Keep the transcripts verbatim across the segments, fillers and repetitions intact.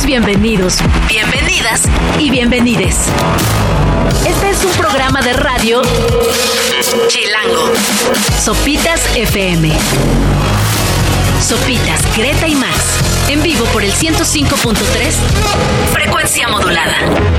bienvenidos, bienvenidas y bienvenides. Este es un programa de radio Chilango. Sopitas F M. Sopitas, Greta y Max. En vivo por el ciento cinco punto tres. Frecuencia modulada.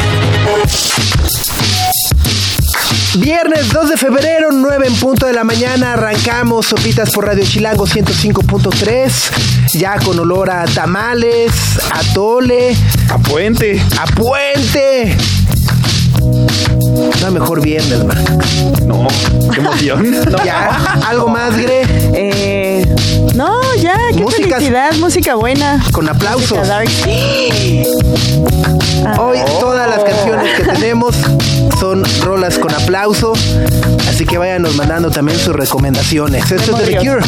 Viernes dos de febrero, nueve en punto de la mañana, arrancamos Sopitas por Radio Chilango ciento cinco punto tres, ya con olor a tamales, atole, a puente, a puente. No, mejor viernes, man. No, qué emoción. No, ya, algo más, Gre. Eh, no, ya, qué Músicas, felicidad, música buena. Con aplausos. Música dark. Hoy todas las canciones que tenemos son rolas con aplauso, así que váyanos mandando también sus recomendaciones. Esto es de The Cure.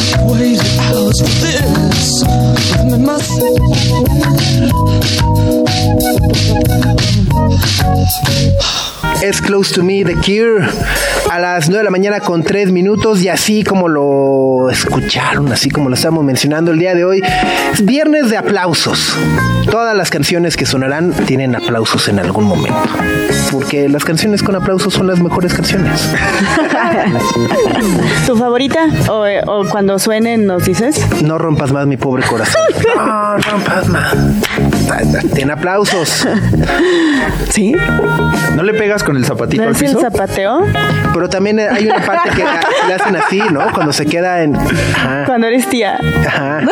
Es Close to Me, The Cure, a las nueve de la mañana con tres minutos, y así como lo escucharon, así como lo estamos mencionando el día de hoy, es viernes de aplausos. Todas las canciones que sonarán tienen aplausos en algún momento, porque las canciones con aplausos son las mejores canciones. ¿Tu favorita? O, o cuando suenen nos dices. No rompas más mi pobre corazón. No rompas más. Ten aplausos. ¿Sí? ¿No le pegas con el zapatito ¿No al es el piso? zapateo? Pero también hay una parte que le hacen así, ¿no? Cuando se queda en... Ajá. Cuando eres tía. Ajá.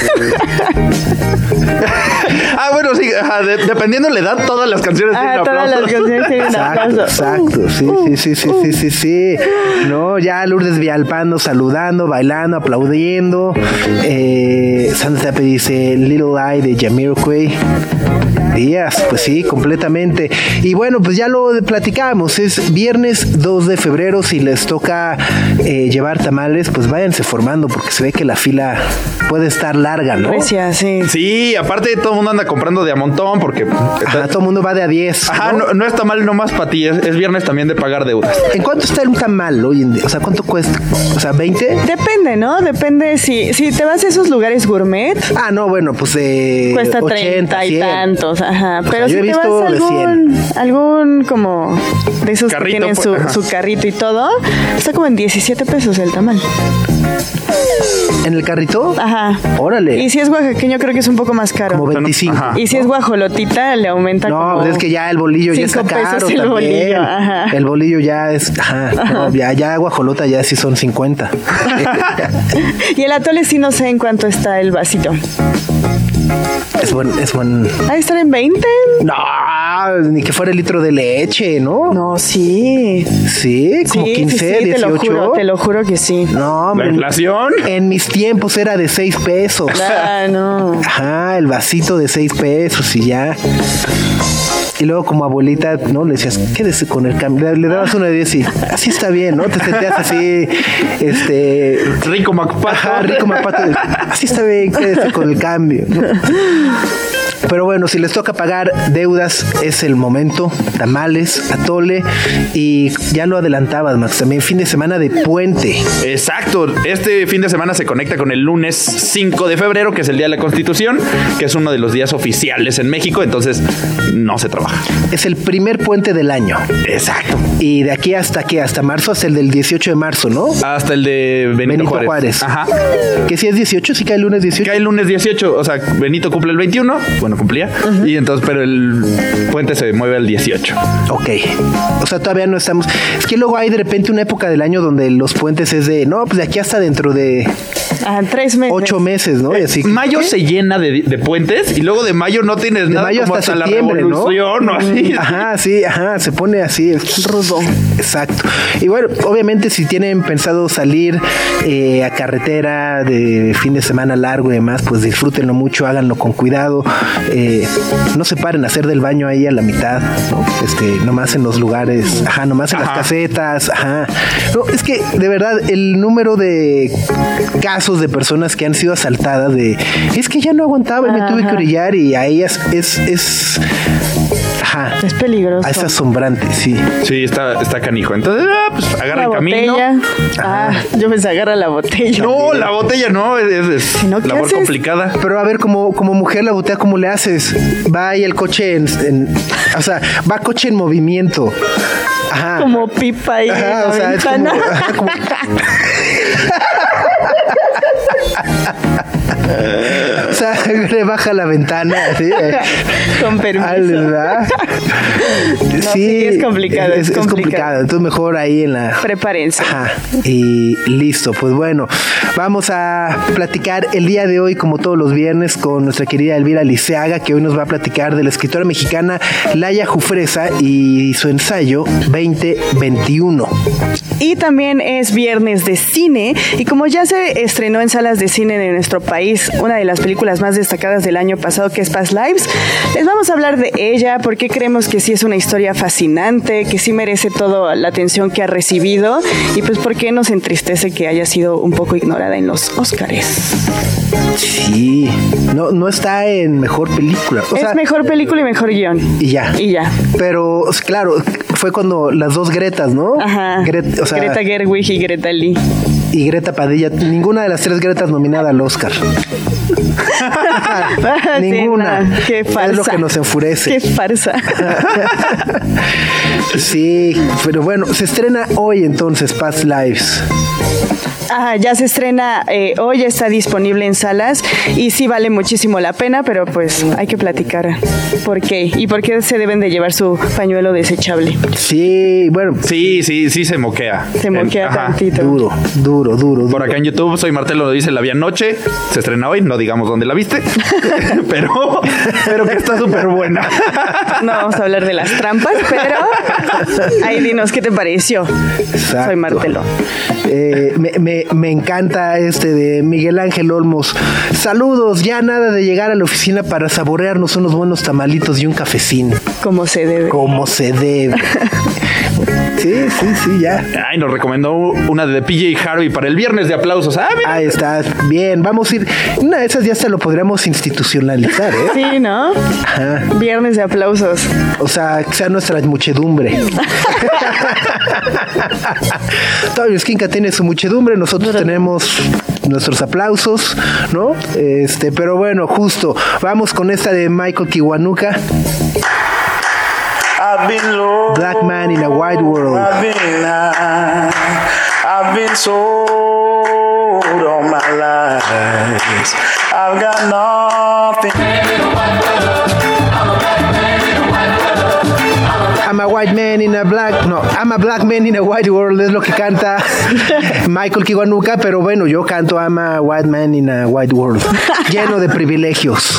Ah, bueno, sí, ajá, de, dependiendo de la edad, todas las canciones tienen Ah, todas aplausos. las canciones tienen Exacto, aplauso. exacto. Sí, sí, sí, sí, sí, sí, sí. No, ya Lourdes Villalpando saludando, bailando, aplaudiendo. Eh, Sandra Tape dice Little Lie de Jamiroquai. Días, pues sí, completamente. Y bueno, pues ya lo platicábamos, es viernes dos de febrero, si les toca eh, llevar tamales, pues váyanse formando, porque se ve que la fila puede estar larga, ¿no? Recia, sí. Sí, aparte todo el mundo anda comprando de a montón porque... Ajá, todo el mundo va de a diez. Ajá, ¿no? no, no está mal nomás para ti, es, es viernes también de pagar deudas. ¿En cuánto está un tamal hoy en día? O sea, ¿cuánto cuesta? O sea, ¿veinte? Depende, ¿no? Depende si, si te vas a esos lugares gourmet. Ah, no, bueno, pues eh, Cuesta ochenta, treinta y cien. tantos, ajá. Pero sea, yo si he te vas visto a de algún, algún como de esos Carrito, que tienen pues, su, ajá. su carrito y todo, está como en diecisiete pesos el tamal. ¿En el carrito? Ajá. Órale. Y si es oaxaqueño creo que es un poco más caro. Como veinticinco. Ajá. Y si es guajolotita le aumenta No, como pues es que ya el bolillo ya está cinco pesos caro el también. bolillo, ajá. El bolillo ya es, ajá, no, ya, ya guajolota ya sí son cincuenta. Y el atole sí no sé en cuánto está el vasito. Es buen, es buen. ¿Ha de estar en veinte? No, ni que fuera el litro de leche, ¿no? No, sí. Sí, como Sí, quince, sí, sí, dieciocho. Te lo juro, te lo juro que sí. No, ¿La hombre. inflación? En mis tiempos era de seis pesos. Ah, no. Ajá, el vasito de seis pesos y ya. Y luego como abuelita, ¿no? Le decías, quédese con el cambio. Le, le dabas una de diez y así está bien, ¿no? Te sentías así, este... Rico Macpato. Ajá, rico Macpato. Así está bien, quédese con el cambio, ¿no? Pero bueno, si les toca pagar deudas, es el momento. Tamales, atole. Y ya lo adelantabas, Max, también fin de semana de puente. Exacto, este fin de semana se conecta con el lunes cinco de febrero, que es el Día de la Constitución, que es uno de los días oficiales en México, entonces no se trabaja. Es el primer puente del año. Exacto. Y de aquí hasta qué, hasta marzo, hasta el del dieciocho de marzo, ¿no? Hasta el de Benito, Benito Juárez. Juárez. Ajá. Que si es dieciocho, si cae el lunes dieciocho. Cae el lunes dieciocho, o sea, Benito cumple el veintiuno, bueno, cumplía, uh-huh. Y entonces, pero el puente se mueve al dieciocho. Ok. O sea, todavía no estamos... Es que luego hay de repente una época del año donde los puentes es de... No, pues de aquí hasta dentro de... Ah, tres meses. Ocho meses, ¿no? Y así, mayo ¿qué? se llena de, de puentes y luego de mayo no tienes de nada mayo como hasta, hasta septiembre, la revolución, ¿no? o así. Ajá, sí, ajá, se pone así rudo. Exacto. Y bueno, obviamente si tienen pensado salir eh, a carretera de fin de semana largo y demás, pues disfrútenlo mucho, háganlo con cuidado. Eh, no se paren a hacer del baño ahí a la mitad, ¿no? Este, nomás en los lugares, ajá, nomás en ajá. las casetas, ajá. No, es que de verdad el número de casos de personas que han sido asaltadas de es que ya no aguantaba y me tuve que orillar, y a ellas es, es Ajá. Es peligroso. Es asombrante, sí. Sí, está, está canijo. Entonces, pues agarra La el camino. botella. Ah, yo pensé, agarra la botella. No, la botella no, es, es- es Si no, ¿qué labor haces? complicada. Pero a ver, como, como mujer la botella, ¿cómo le haces? Va ahí el coche en, en- o sea, va coche en movimiento. Ajá. Como pipa ahí Ajá, en la o sea, es como- ventana. ajá, como- O sea, le baja la ventana. ¿Sí? Con permiso. Ah, ¿verdad? sí, es complicado, Es, es es complicado. complicado. Entonces mejor ahí en la... Prepárense. Ajá. Y listo. Pues bueno, vamos a platicar el día de hoy, como todos los viernes, con nuestra querida Elvira Liceaga, que hoy nos va a platicar de la escritora mexicana Laya Jufresa y su ensayo veinte veintiuno. Y también es viernes de cine y como ya se estrenó en salas de cine de nuestro país una de las películas más destacadas del año pasado que es Past Lives, les vamos a hablar de ella porque creemos que sí es una historia fascinante, que sí merece toda la atención que ha recibido y pues porque nos entristece que haya sido un poco ignorada en los Óscares. Sí. No, no está en mejor película. O sea, Es mejor película y mejor guión. y ya. Y ya. Pero claro, fue cuando las dos Gretas, ¿no? Ajá. Gret- o sea, Greta Gerwig y Greta Lee. y Greta Padilla, ninguna de las tres Gretas nominada al Oscar. Ninguna. Sí, no, qué farsa. Es lo que nos enfurece. Qué farsa. Sí, pero bueno, se estrena hoy entonces Past Lives. Ajá, ya se estrena eh, hoy, ya está disponible en salas y sí vale muchísimo la pena, pero pues hay que platicar por qué y por qué se deben de llevar su pañuelo desechable. Sí, bueno, Sí, sí, sí se moquea. Se moquea En- ajá. tantito. duro, duro, duro, duro. Por acá en YouTube, soy Martelo, lo dice La Vía Noche. Se estrena hoy, no digamos dónde la viste. pero, pero que está súper buena. No vamos a hablar de las trampas, pero ahí dinos qué te pareció. Exacto. Soy Martelo. Eh, me, me, me encanta este de Miguel Ángel Olmos. Saludos, ya nada de llegar a la oficina para saborearnos unos buenos tamalitos y un cafecín. Como se debe. Como se debe. Sí, sí, sí, ya. Ay, nos recomendó una de P J Harvey para el viernes de aplausos. Ah, mira. Ahí está, bien, vamos a ir. Una de esas ya se lo podríamos institucionalizar, ¿eh? Sí, ¿no? Ajá. Viernes de aplausos. O sea, que sea nuestra muchedumbre. Todavía Esquinca tiene su muchedumbre, nosotros tenemos nuestros aplausos, ¿no? Este, pero bueno, justo, vamos con esta de Michael Kiwanuka. I've been low, Black Man in a White World. I've been high, I've been sold all my life. I've got nothing. I'm a white man in a black, no, I'm a black man in a white world, es lo que canta Michael Kiwanuka, pero bueno, yo canto I'm a white man in a white world, lleno de privilegios.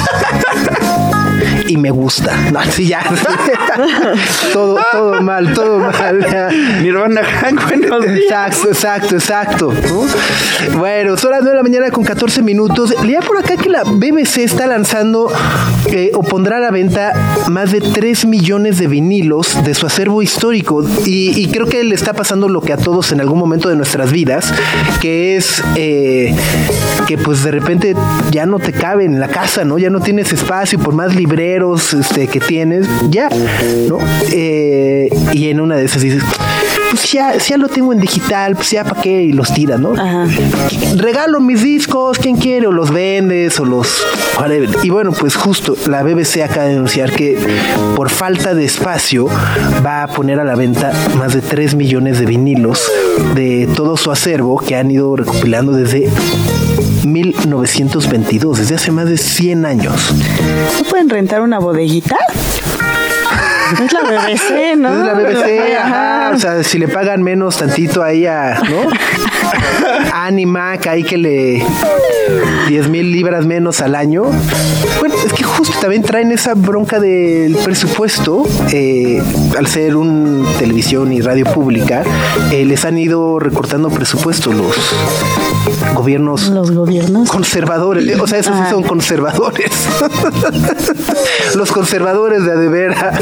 Y me gusta. No, sí, ya. todo, todo mal, todo mal. Ya. Nirvana Hank, buenos días. Exacto, exacto, exacto. ¿No? Bueno, son las nueve de la mañana con catorce minutos. Leía por acá que la B B C está lanzando eh, o pondrá a la venta más de tres millones de vinilos de su acervo histórico. Y, y creo que le está pasando lo que a todos en algún momento de nuestras vidas, que es eh, que pues de repente ya no te cabe en la casa, ¿no? Ya no tienes espacio por más libreros este, que tienes, ya, ¿no? Eh, y en una de esas dices, pues ya, ya lo tengo en digital, pues ya para qué, y los tiras, ¿no? Ajá. Regalo mis discos, ¿quién quiere? O los vendes, o los... whatever. Y bueno, pues justo la B B C acaba de anunciar que por falta de espacio va a poner a la venta más de tres millones de vinilos de todo su acervo que han ido recopilando desde mil novecientos veintidós, desde hace más de cien años. ¿No pueden rentar una bodeguita? Es la B B C, ¿no? Es la B B C, ajá. O sea, si le pagan menos tantito ahí a, ¿no? Animac, ahí que le diez mil libras menos al año. Bueno, es que justo también traen esa bronca del presupuesto. Eh, al ser un televisión y radio pública, eh, les han ido recortando presupuesto los gobiernos Los gobiernos. conservadores, o sea, esos sí Ah. son conservadores. Los conservadores de a de veras.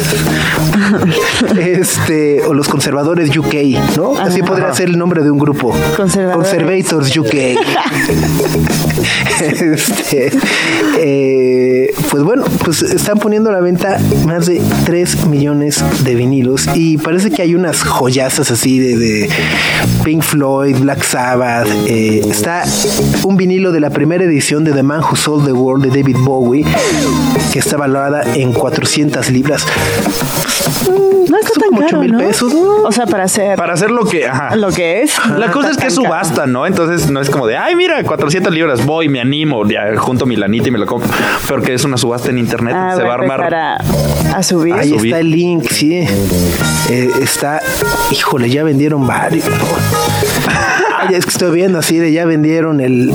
Este, o los conservadores U K, ¿no? Así Ajá. podría ser el nombre de un grupo. Conservadores. Conservators U K. Este, eh, pues pues bueno, pues están poniendo a la venta más de tres millones de vinilos y parece que hay unas joyazas así de, de Pink Floyd, Black Sabbath. Eh, está un vinilo de la primera edición de The Man Who Sold the World de David Bowie, que está valorada en cuatrocientas libras. No está Son tan como ocho caro, mil ¿no? pesos, ¿no? O sea, para hacer Para hacer lo que... Ajá. lo que es. La no cosa está es que es tan caro. subasta, ¿no? Entonces no es como de, ay, mira, cuatrocientas libras, voy, me animo, ya junto mi lanita y me lo compro. Pero que es una subasta en internet, Ah, se va a armar. A, a subir. Ahí subir. está el link, sí. Eh, está, híjole, ya vendieron varios. Ay, es que estoy viendo así de ya vendieron el...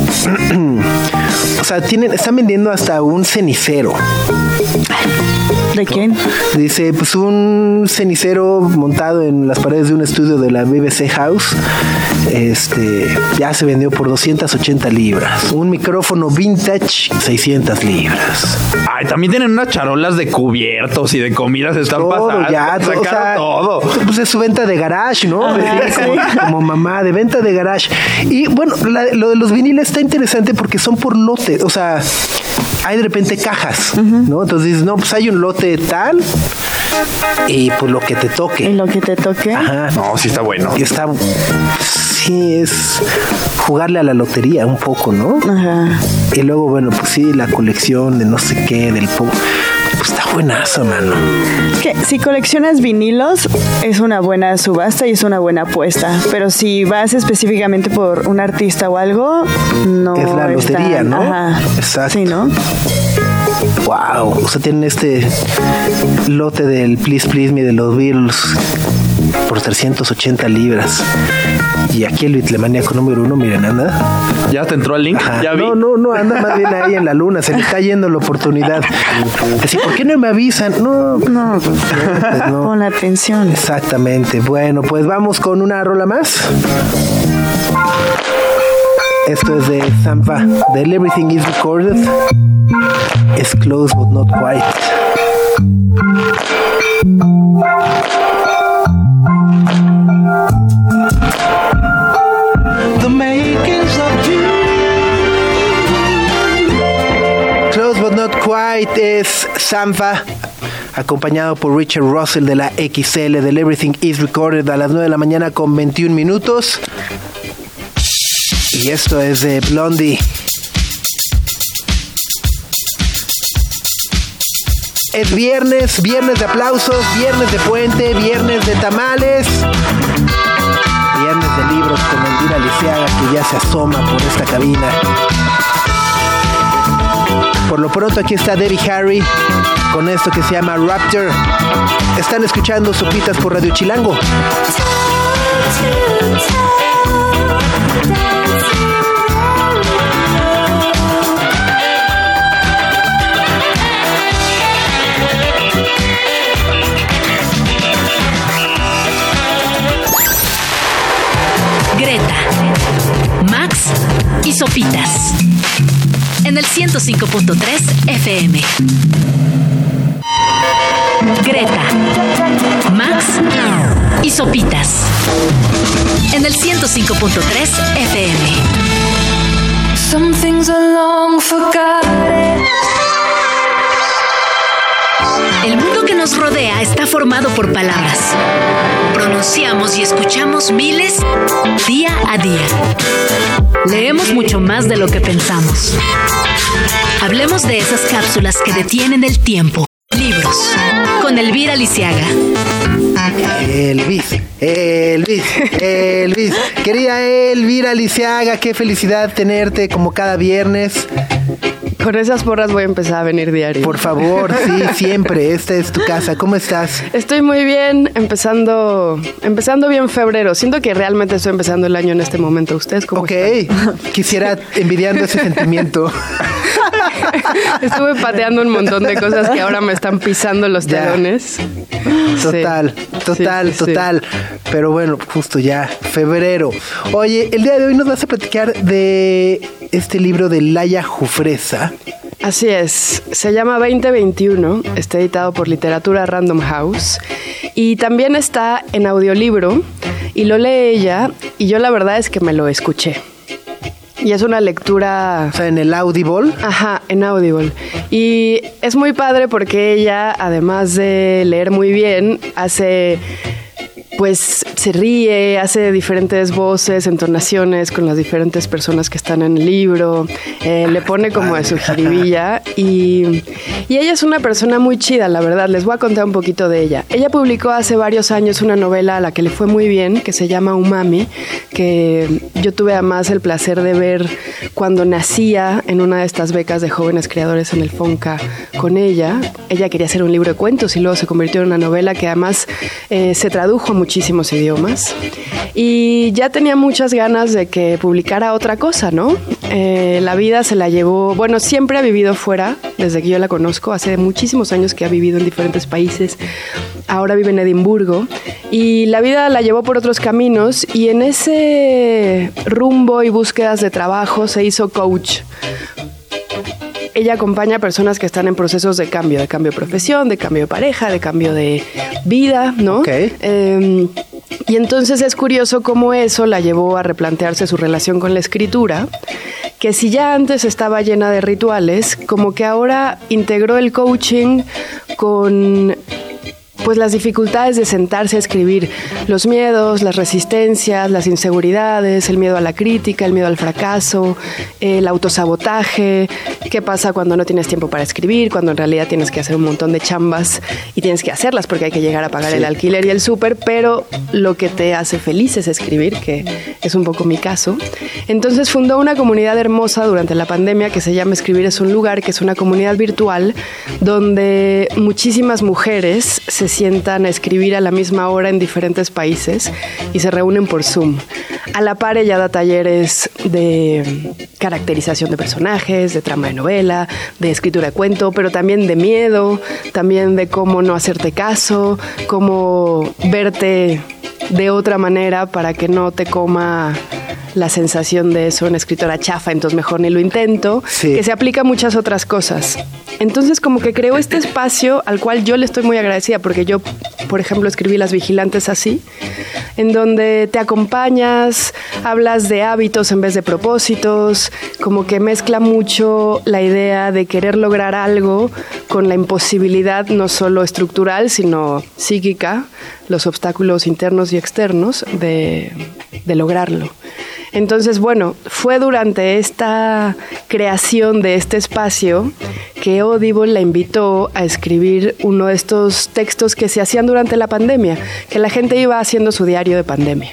O sea, tienen, están vendiendo hasta un cenicero. ¿De quién? Dice, pues un cenicero montado en las paredes de un estudio de la B B C House. Este, ya se vendió por doscientas ochenta libras. Un micrófono vintage, seiscientas libras. Ay, también tienen unas charolas de cubiertos y de comidas, están Todo, pasando. ya, todo, o sea, todo. Pues es su venta de garage, ¿no? Ajá, Sí, como, como mamá, de venta de garage. Y bueno, la- lo de los viniles está interesante porque son por lote. O sea, hay de repente cajas, ¿no? Entonces dices, no, pues hay un lote tal y pues lo que te Y toque. lo que te toque. Ajá. No, sí está bueno. Y está, sí, es jugarle a la lotería un poco, ¿no? Ajá. Y luego, bueno, pues sí, la colección de no sé qué, del po... Pues está buenazo, mano. Que si coleccionas vinilos es una buena subasta y es una buena apuesta, pero si vas específicamente por un artista o algo, no Es la es lotería, tan- ¿no? Ajá. Exacto. Sí, ¿no? Wow, o sea, tienen este lote del Please Please Me de los Beatles por trescientas ochenta libras. Y aquí el Beatlemaníaco número uno, miren, anda. ¿Ya te entró el link? Ajá. Ya vi. No, no, no, anda más bien ahí en la luna, se le está yendo la oportunidad. Así, ¿por qué no me avisan? No, no, pues, pues no. Pon atención. Exactamente. Bueno, pues vamos con una rola más. Esto es de Zampa, de Everything is Recorded. It's close but not quite. The makings of you. Close but not quite es Zampa, acompañado por Richard Russell de la X L del Everything is Recorded a las nueve de la mañana con veintiún minutos. Y esto es de Blondie. Es viernes, viernes de aplausos, viernes de puente, viernes de tamales, viernes de libros con Elvira Lisiaga, que ya se asoma por esta cabina. Por lo pronto aquí está Debbie Harry con esto que se llama Raptor. Están escuchando Sopitas por Radio Chilango. Greta, Max y Sopitas. En el ciento cinco punto tres F M. Greta, Max y Sopitas. En el ciento cinco punto tres F M. Some things are long forgotten. El mundo que nos rodea está formado por palabras. Pronunciamos y escuchamos miles día a día. Leemos mucho más de lo que pensamos. Hablemos de esas cápsulas que detienen el tiempo. Libros, con Elvira Lisiaga. Elvis, Elvis, Elvis. Querida Elvira Lisiaga, qué felicidad tenerte como cada viernes. Con esas porras voy a empezar a venir diario. Por favor, sí, siempre. Esta es tu casa. ¿Cómo estás? Estoy muy bien, empezando empezando bien febrero. Siento que realmente estoy empezando el año en este momento. ¿Ustedes cómo Ok, están? quisiera envidiando ese sentimiento. Estuve pateando un montón de cosas que ahora me están pisando los Ya. talones. Total, Sí. total, Sí, sí, sí. total. Pero bueno, justo ya, febrero. Oye, el día de hoy nos vas a platicar de este libro de Laia Jufresa. Así es, se llama veinte veintiuno, está editado por Literatura Random House y también está en audiolibro y lo lee ella y yo la verdad es que me lo escuché. Y es una lectura... O sea, en el Audible. Ajá, en Audible. Y es muy padre porque ella, además de leer muy bien, hace... pues se ríe, hace diferentes voces, entonaciones con las diferentes personas que están en el libro, eh, le pone como de su jiribilla y, y ella es una persona muy chida, la verdad. Les voy a contar un poquito de ella. Ella publicó hace varios años una novela a la que le fue muy bien, que se llama Umami, que yo tuve además el placer de ver cuando nacía en una de estas becas de jóvenes creadores en el FONCA con ella. Ella quería hacer un libro de cuentos y luego se convirtió en una novela que además eh, se tradujo a muchísimos idiomas y ya tenía muchas ganas de que publicara otra cosa, ¿no? Eh, la vida se la llevó, bueno, siempre ha vivido fuera, desde que yo la conozco, hace muchísimos años que ha vivido en diferentes países, ahora vive en Edimburgo y la vida la llevó por otros caminos y en ese rumbo y búsquedas de trabajo se hizo coach. Ella acompaña a personas que están en procesos de cambio, de cambio de profesión, de cambio de pareja, de cambio de vida, ¿no? Okay. Eh, y entonces es curioso cómo eso la llevó a replantearse su relación con la escritura, que si ya antes estaba llena de rituales, como que ahora integró el coaching con... pues las dificultades de sentarse a escribir, los miedos, las resistencias, las inseguridades, el miedo a la crítica, el miedo al fracaso, el autosabotaje, qué pasa cuando no tienes tiempo para escribir, cuando en realidad tienes que hacer un montón de chambas y tienes que hacerlas porque hay que llegar a pagar sí. el alquiler y el súper, pero lo que te hace feliz es escribir, que es un poco mi caso. Entonces fundó una comunidad hermosa durante la pandemia que se llama Escribir es un lugar, que es una comunidad virtual donde muchísimas mujeres se sientan a escribir a la misma hora en diferentes países y se reúnen por Zoom. A la par ella da talleres de caracterización de personajes, de trama de novela, de escritura de cuento, pero también de miedo, también de cómo no hacerte caso, cómo verte de otra manera para que no te coma la sensación de ser una escritora chafa, entonces mejor ni lo intento, sí. que se aplica a muchas otras cosas. Entonces como que creó este espacio al cual yo le estoy muy agradecida porque yo, por ejemplo, escribí Las Vigilantes así, en donde te acompañas, hablas de hábitos en vez de propósitos, como que mezcla mucho la idea de querer lograr algo con la imposibilidad no solo estructural, sino psíquica, los obstáculos internos y externos de, de lograrlo. Entonces, bueno, fue durante esta creación de este espacio que Audible la invitó a escribir uno de estos textos que se hacían durante la pandemia, que la gente iba haciendo su diario de pandemia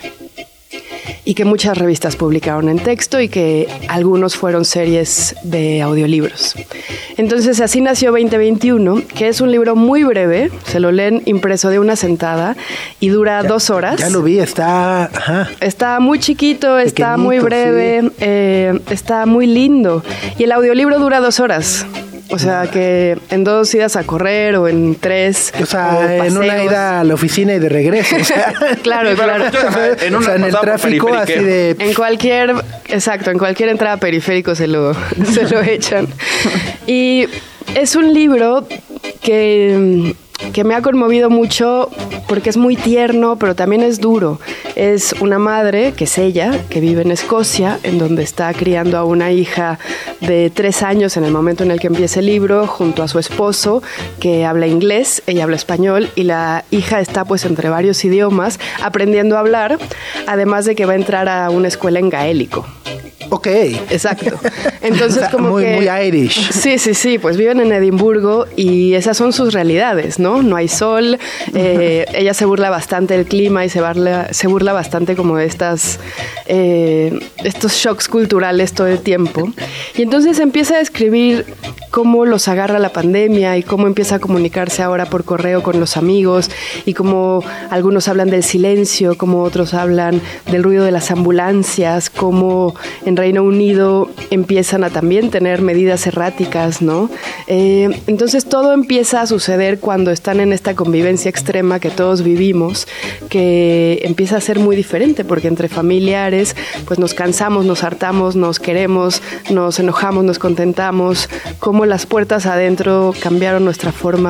y que muchas revistas publicaron en texto y que algunos fueron series de audiolibros. Entonces así nació veinte veintiuno, que es un libro muy breve, se lo leen impreso de una sentada y dura ya, dos horas. Ya lo vi, está... Ajá. Está muy chiquito, está muy breve, sí. eh, está muy lindo y el audiolibro dura dos horas. O sea, que en dos idas a correr o en tres. O sea, o en una ida a la oficina y de regreso. O sea, claro, claro. En, o sea, en el tráfico así de... En cualquier, exacto, en cualquier entrada periférico se lo, se lo echan. Y es un libro que... que me ha conmovido mucho porque es muy tierno, pero también es duro. Es una madre, que es ella, que vive en Escocia, en donde está criando a una hija de tres años en el momento en el que empieza el libro, junto a su esposo, que habla inglés, ella habla español, y la hija está pues entre varios idiomas, aprendiendo a hablar, además de que va a entrar a una escuela en gaélico. Ok. Exacto. Entonces, como muy, que... Muy Irish. Sí, sí, sí. Pues viven en Edimburgo y esas son sus realidades, ¿no? No hay sol. Eh, ella se burla bastante del clima y se burla, se burla bastante como de estas, eh, estos shocks culturales todo el tiempo. Y entonces empieza a describir cómo los agarra la pandemia y cómo empieza a comunicarse ahora por correo con los amigos y cómo algunos hablan del silencio, cómo otros hablan del ruido de las ambulancias, cómo en Reino Unido empiezan a también tener medidas erráticas, ¿no? Eh, entonces todo empieza a suceder cuando están en esta convivencia extrema que todos vivimos, que empieza a ser muy diferente, porque entre familiares pues nos cansamos, nos hartamos, nos queremos, nos enojamos, nos contentamos, cómo las puertas adentro cambiaron nuestra forma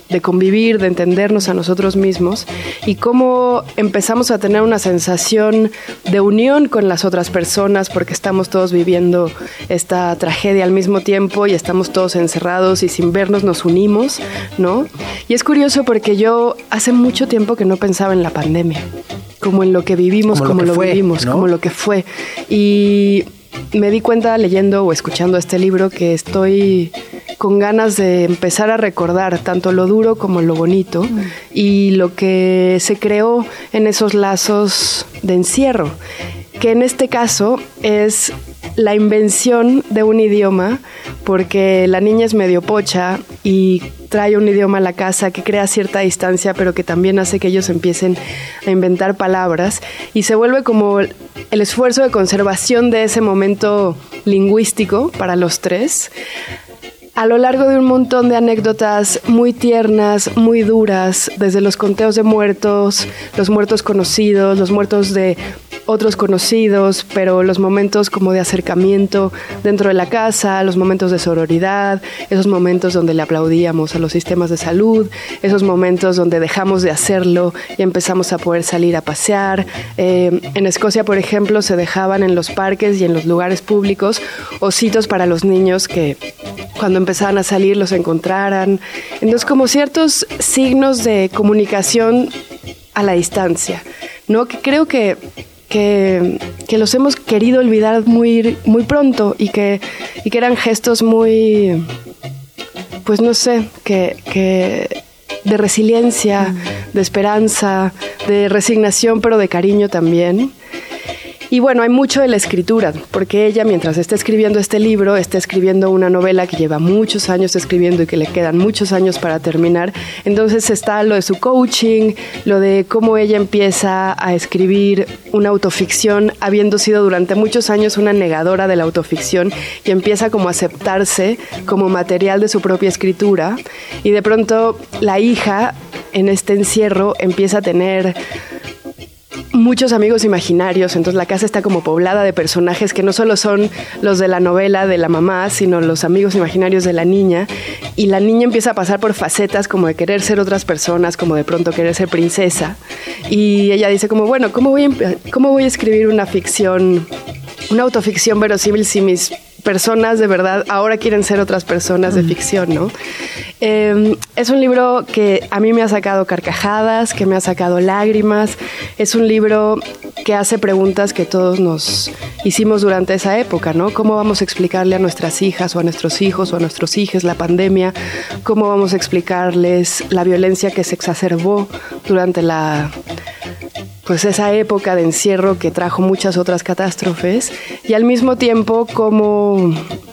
de convivir, de entendernos a nosotros mismos y cómo empezamos a tener una sensación de unión con las otras personas porque estamos todos viviendo esta tragedia al mismo tiempo y estamos todos encerrados y sin vernos nos unimos, ¿no? Y es curioso porque yo hace mucho tiempo que no pensaba en la pandemia, como en lo que vivimos, como, como lo, lo fue, vivimos, ¿no? Como lo que fue. Y me di cuenta leyendo o escuchando este libro que estoy con ganas de empezar a recordar tanto lo duro como lo bonito mm. y lo que se creó en esos lazos de encierro, que en este caso es la invención de un idioma, porque la niña es medio pocha y trae un idioma a la casa que crea cierta distancia, pero que también hace que ellos empiecen a inventar palabras y se vuelve como el esfuerzo de conservación de ese momento lingüístico para los tres, a lo largo de un montón de anécdotas muy tiernas, muy duras, desde los conteos de muertos, los muertos conocidos, los muertos de otros conocidos, pero los momentos como de acercamiento dentro de la casa, los momentos de sororidad, esos momentos donde le aplaudíamos a los sistemas de salud, esos momentos donde dejamos de hacerlo y empezamos a poder salir a pasear. Eh, en Escocia, por ejemplo, se dejaban en los parques y en los lugares públicos ositos para los niños que cuando empezaban a salir los encontraran. Entonces, como ciertos signos de comunicación a la distancia, ¿no? Que creo que Que, que los hemos querido olvidar muy, muy pronto y que, y que eran gestos muy, pues no sé, que, que de resiliencia, de esperanza, de resignación, pero de cariño también. Y bueno, hay mucho de la escritura, porque ella, mientras está escribiendo este libro, está escribiendo una novela que lleva muchos años escribiendo y que le quedan muchos años para terminar. Entonces está lo de su coaching, lo de cómo ella empieza a escribir una autoficción, habiendo sido durante muchos años una negadora de la autoficción, y empieza como a aceptarse como material de su propia escritura. Y de pronto la hija, en este encierro, empieza a tener muchos amigos imaginarios, entonces la casa está como poblada de personajes que no solo son los de la novela de la mamá, sino los amigos imaginarios de la niña, y la niña empieza a pasar por facetas como de querer ser otras personas, como de pronto querer ser princesa, y ella dice como, bueno, ¿cómo voy a, cómo voy a escribir una ficción, una autoficción verosímil si mis personas de verdad ahora quieren ser otras personas de ficción, ¿no? Eh, es un libro que a mí me ha sacado carcajadas, que me ha sacado lágrimas. Es un libro que hace preguntas que todos nos hicimos durante esa época, ¿no? ¿Cómo vamos a explicarle a nuestras hijas o a nuestros hijos o a nuestros hijos la pandemia? ¿Cómo vamos a explicarles la violencia que se exacerbó durante la... pues esa época de encierro que trajo muchas otras catástrofes, y al mismo tiempo cómo,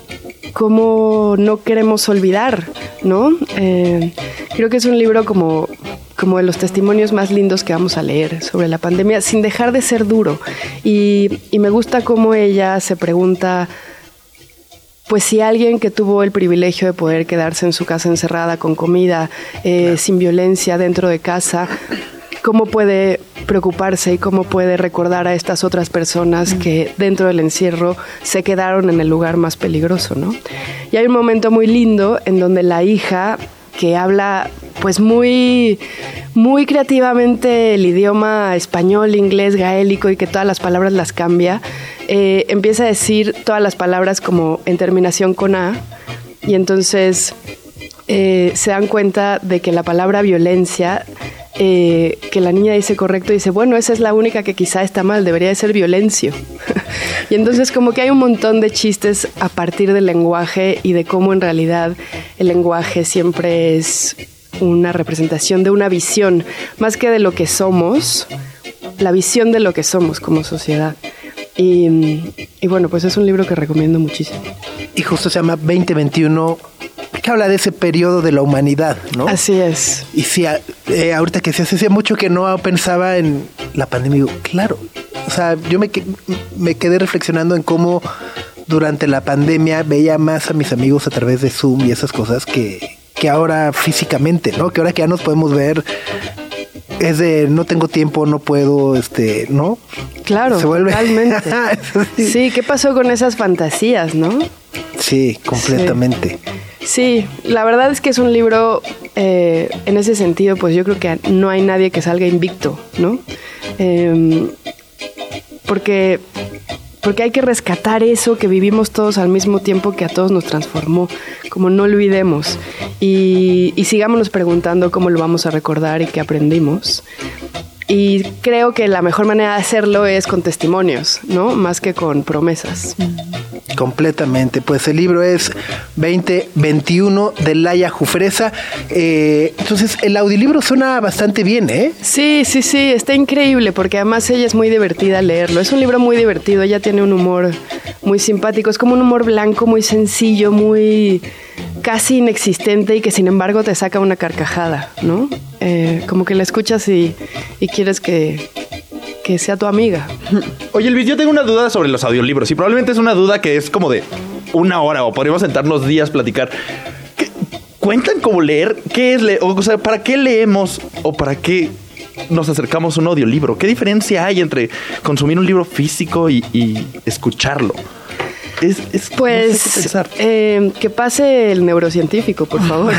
cómo no queremos olvidar, ¿no? Eh, creo que es un libro como, como de los testimonios más lindos que vamos a leer sobre la pandemia, sin dejar de ser duro. Y, y me gusta cómo ella se pregunta, pues si alguien que tuvo el privilegio de poder quedarse en su casa encerrada con comida, eh, sin violencia dentro de casa, ¿cómo puede preocuparse y cómo puede recordar a estas otras personas que dentro del encierro se quedaron en el lugar más peligroso, ¿no? Y hay un momento muy lindo en donde la hija, que habla pues muy, muy creativamente el idioma español, inglés, gaélico, y que todas las palabras las cambia, eh, empieza a decir todas las palabras como en terminación con A, y entonces eh, se dan cuenta de que la palabra violencia, Eh, que la niña dice correcto, dice, bueno, esa es la única que quizá está mal, debería de ser violencio. Y entonces como que hay un montón de chistes a partir del lenguaje y de cómo en realidad el lenguaje siempre es una representación de una visión, más que de lo que somos, la visión de lo que somos como sociedad. Y, y bueno, pues es un libro que recomiendo muchísimo. Y justo se llama veinte veintiuno, que habla de ese periodo de la humanidad, ¿no? Así es. Y sí, eh, ahorita que se hacía mucho que no pensaba en la pandemia, digo, claro, o sea, yo me, me quedé reflexionando en cómo durante la pandemia veía más a mis amigos a través de Zoom y esas cosas que, que ahora físicamente, ¿no? Que ahora que ya nos podemos ver, es de no tengo tiempo, no puedo, este, ¿no? Claro, se vuelve... totalmente. sí. Sí, ¿qué pasó con esas fantasías, no? Sí, completamente. Sí. Sí, la verdad es que es un libro, eh, en ese sentido, pues yo creo que no hay nadie que salga invicto, ¿no? Eh, porque, porque hay que rescatar eso que vivimos todos al mismo tiempo, que a todos nos transformó, como no olvidemos, y, y sigámonos preguntando cómo lo vamos a recordar y qué aprendimos. Y creo que la mejor manera de hacerlo es con testimonios, ¿no? Más que con promesas. Completamente. Pues el libro es veinte veintiuno de Laia Jufresa. Eh, entonces, el audiolibro suena bastante bien, ¿eh? Sí, sí, sí. Está increíble porque además ella es muy divertida al leerlo. Es un libro muy divertido. Ella tiene un humor muy simpático. Es como un humor blanco, muy sencillo, muy casi inexistente y que sin embargo te saca una carcajada, ¿no? Eh, como que la escuchas y, y quieres que, que sea tu amiga. Oye, Elvis, yo tengo una duda sobre los audiolibros y probablemente es una duda que es como de una hora o podríamos sentarnos días platicar. ¿Qué, ¿Cuentan cómo leer? ¿Qué es leer? O sea, ¿para qué leemos o para qué nos acercamos a un audiolibro? ¿Qué diferencia hay entre consumir un libro físico y, y escucharlo? Es, es, pues no sé qué pensar. Eh, que pase el neurocientífico, por favor.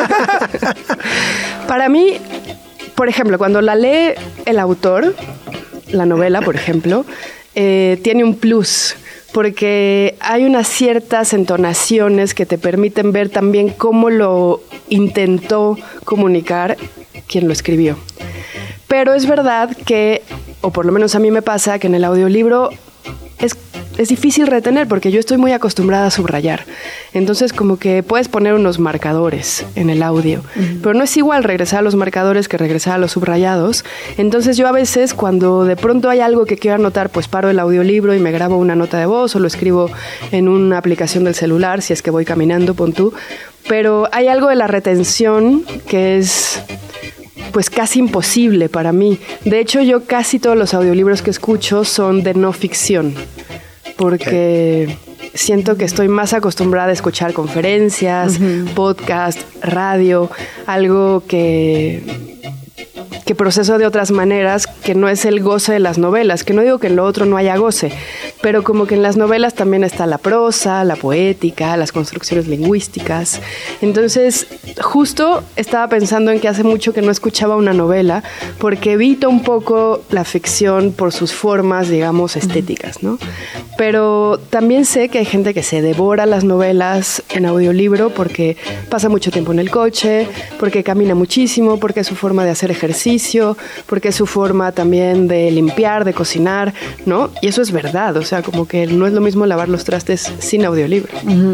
Para mí, por ejemplo, cuando la lee el autor, la novela, por ejemplo, eh, tiene un plus, porque hay unas ciertas entonaciones que te permiten ver también cómo lo intentó comunicar quien lo escribió. Pero es verdad que, o por lo menos a mí me pasa, que en el audiolibro es Es difícil retener porque yo estoy muy acostumbrada a subrayar. Entonces como que puedes poner unos marcadores en el audio, uh-huh. pero no es igual regresar a los marcadores que regresar a los subrayados. Entonces yo a veces cuando de pronto hay algo que quiero anotar, pues paro el audiolibro y me grabo una nota de voz o lo escribo en una aplicación del celular si es que voy caminando, pon tú. Pero hay algo de la retención que es pues casi imposible para mí. De hecho yo casi todos los audiolibros que escucho son de no ficción, porque okay. siento que estoy más acostumbrada a escuchar conferencias, uh-huh. podcast, radio, algo que, que proceso de otras maneras, que no es el goce de las novelas, que no digo que en lo otro no haya goce, pero como que en las novelas también está la prosa, la poética, las construcciones lingüísticas. Entonces, justo estaba pensando en que hace mucho que no escuchaba una novela, porque evito un poco la ficción por sus formas, digamos, estéticas, ¿no? Pero también sé que hay gente que se devora las novelas en audiolibro porque pasa mucho tiempo en el coche, porque camina muchísimo, porque es su forma de hacer ejercicio, porque es su forma también de limpiar, de cocinar, ¿no? Y eso es verdad, o sea, como que no es lo mismo lavar los trastes sin audiolibro. Uh-huh.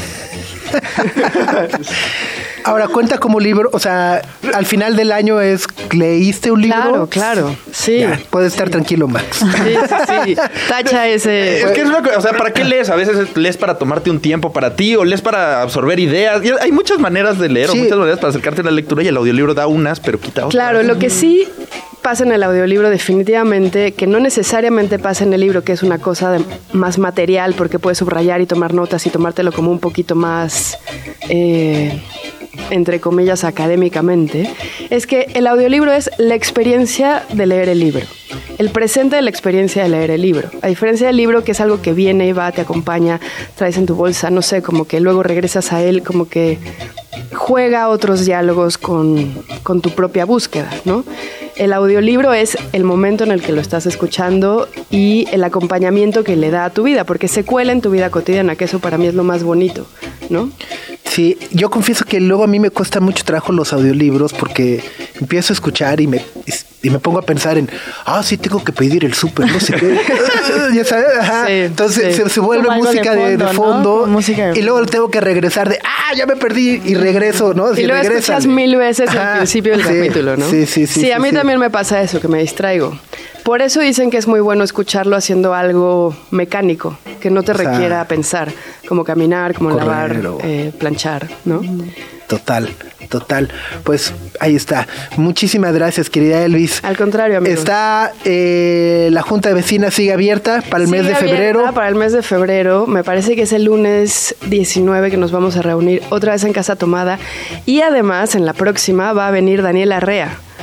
Ahora, cuenta como libro, o sea, al final del año es, ¿leíste un libro? Claro, claro, sí. Ya, puedes estar sí. tranquilo, Max. Sí, sí, sí. Tacha ese... Es que es lo que, o sea, ¿para qué lees? A veces lees para tomarte un tiempo para ti o lees para absorber ideas. Y hay muchas maneras de leer sí. o muchas maneras para acercarte a la lectura y el audiolibro da unas, pero quita otras. Claro, lo que sí pasa en el audiolibro definitivamente, que no necesariamente pasa en el libro, que es una cosa de, más material, porque puedes subrayar y tomar notas y tomártelo como un poquito más... Eh, entre comillas, académicamente, es que el audiolibro es la experiencia de leer el libro, el presente de la experiencia de leer el libro, a diferencia del libro que es algo que viene y va, te acompaña, traes en tu bolsa, no sé, como que luego regresas a él, como que juega otros diálogos con, con tu propia búsqueda, ¿no? El audiolibro es el momento en el que lo estás escuchando y el acompañamiento que le da a tu vida, porque se cuela en tu vida cotidiana, que eso para mí es lo más bonito, ¿no? Sí, yo confieso que luego a mí me cuesta mucho trabajo los audiolibros porque empiezo a escuchar y me, y me pongo a pensar en, ah, sí, tengo que pedir el súper, no sé qué. Ya sabes, ajá. Sí, Entonces sí. Se, se vuelve música de fondo, de, de fondo ¿no? música de y luego tengo que regresar de, ah, ya me perdí y regreso, ¿no? Y, y luego regresa, escuchas mil veces ajá, el principio del sí, capítulo, ¿no? Sí, sí, sí. Sí, sí a mí sí. también me pasa eso, que me distraigo. Por eso dicen que es muy bueno escucharlo haciendo algo mecánico, que no te o sea, requiera pensar, como caminar, como lavar, o... eh, planchar, ¿no? Total, total. Pues ahí está. Muchísimas gracias, querida Elvis. Al contrario, amigo. Está eh, la Junta de Vecinas sigue abierta para el sigue mes de febrero. Abierta para el mes de febrero. Me parece que es el lunes diecinueve que nos vamos a reunir otra vez en Casa Tomada. Y además, en la próxima va a venir Daniela Arrea.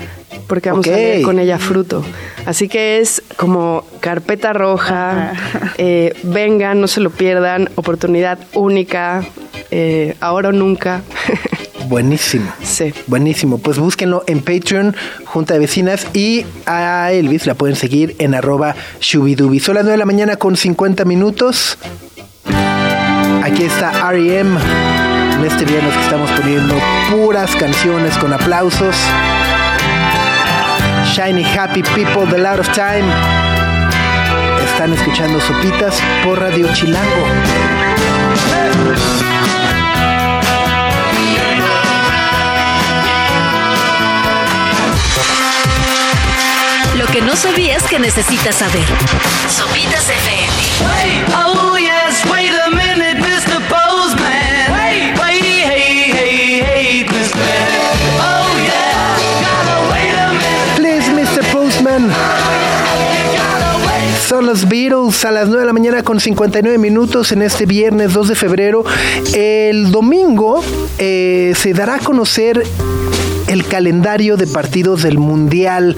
porque vamos Ok. a leer con ella Fruto. Así que es como carpeta roja, eh, vengan, no se lo pierdan, oportunidad única, eh, ahora o nunca. Buenísimo. Sí. Buenísimo. Pues búsquenlo en Patreon, Junta de Vecinas, y a Elvis la pueden seguir en arroba shubidubi. Son las nueve de la mañana con cincuenta minutos. Aquí está R E M en este viernes que estamos poniendo puras canciones con aplausos. Shiny Happy People del Out of Time. Están escuchando Sopitas por Radio Chilango. Lo que no sabías que necesitas saber. Sopitas F M. Oh yes, wait a minute, mister Postman. Wait, wait, hey, hey, hey, mister. Oh yeah, gotta wait a minute. Please, mister Postman. Son los Beatles a las nueve de la mañana con cincuenta y nueve minutos en este viernes dos de febrero. El domingo eh, se dará a conocer el calendario de partidos del Mundial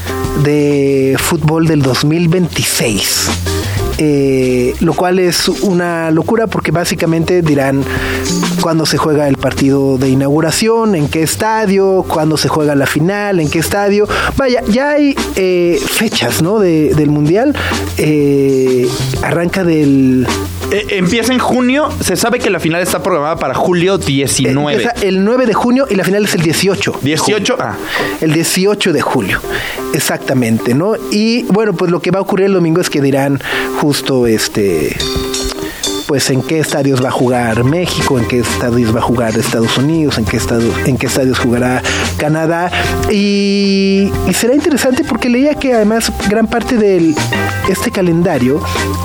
de Fútbol del dos mil veintiséis. Eh, lo cual es una locura porque básicamente dirán cuándo se juega el partido de inauguración, en qué estadio, cuándo se juega la final, en qué estadio. Vaya, ya hay eh, fechas, ¿no? De, del Mundial. Eh, arranca del... Eh, empieza en junio. Se sabe que la final está programada para julio diecinueve. Empieza el nueve de junio y la final es el dieciocho. dieciocho, ah. El dieciocho de julio, exactamente, ¿no? Y bueno, pues lo que va a ocurrir el domingo es que dirán justo este, pues en qué estadios va a jugar México, en qué estadios va a jugar Estados Unidos, en qué estadios, en qué estadios jugará Canadá. Y, y será interesante porque leía que además gran parte de este calendario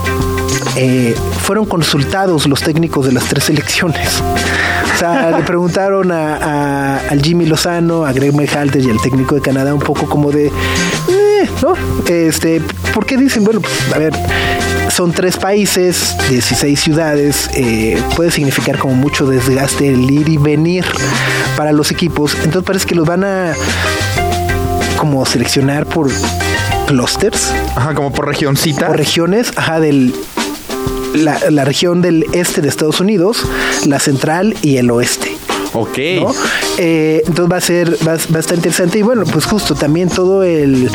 Eh, fueron consultados los técnicos de las tres selecciones. O sea, le preguntaron a, a, al Jimmy Lozano, a Greg Berhalter y al técnico de Canadá un poco como de, eh, ¿no? Este, ¿por qué dicen? Bueno, pues, a ver, son tres países, dieciséis ciudades, eh, puede significar como mucho desgaste el ir y venir para los equipos. Entonces parece que los van a como seleccionar por clusters. Ajá, como por regioncita. Por regiones, ajá, del... La, la región del este de Estados Unidos, la central y el oeste. Ok. ¿No? Eh, entonces va a ser, va, va a estar interesante. Y bueno, pues justo también todo el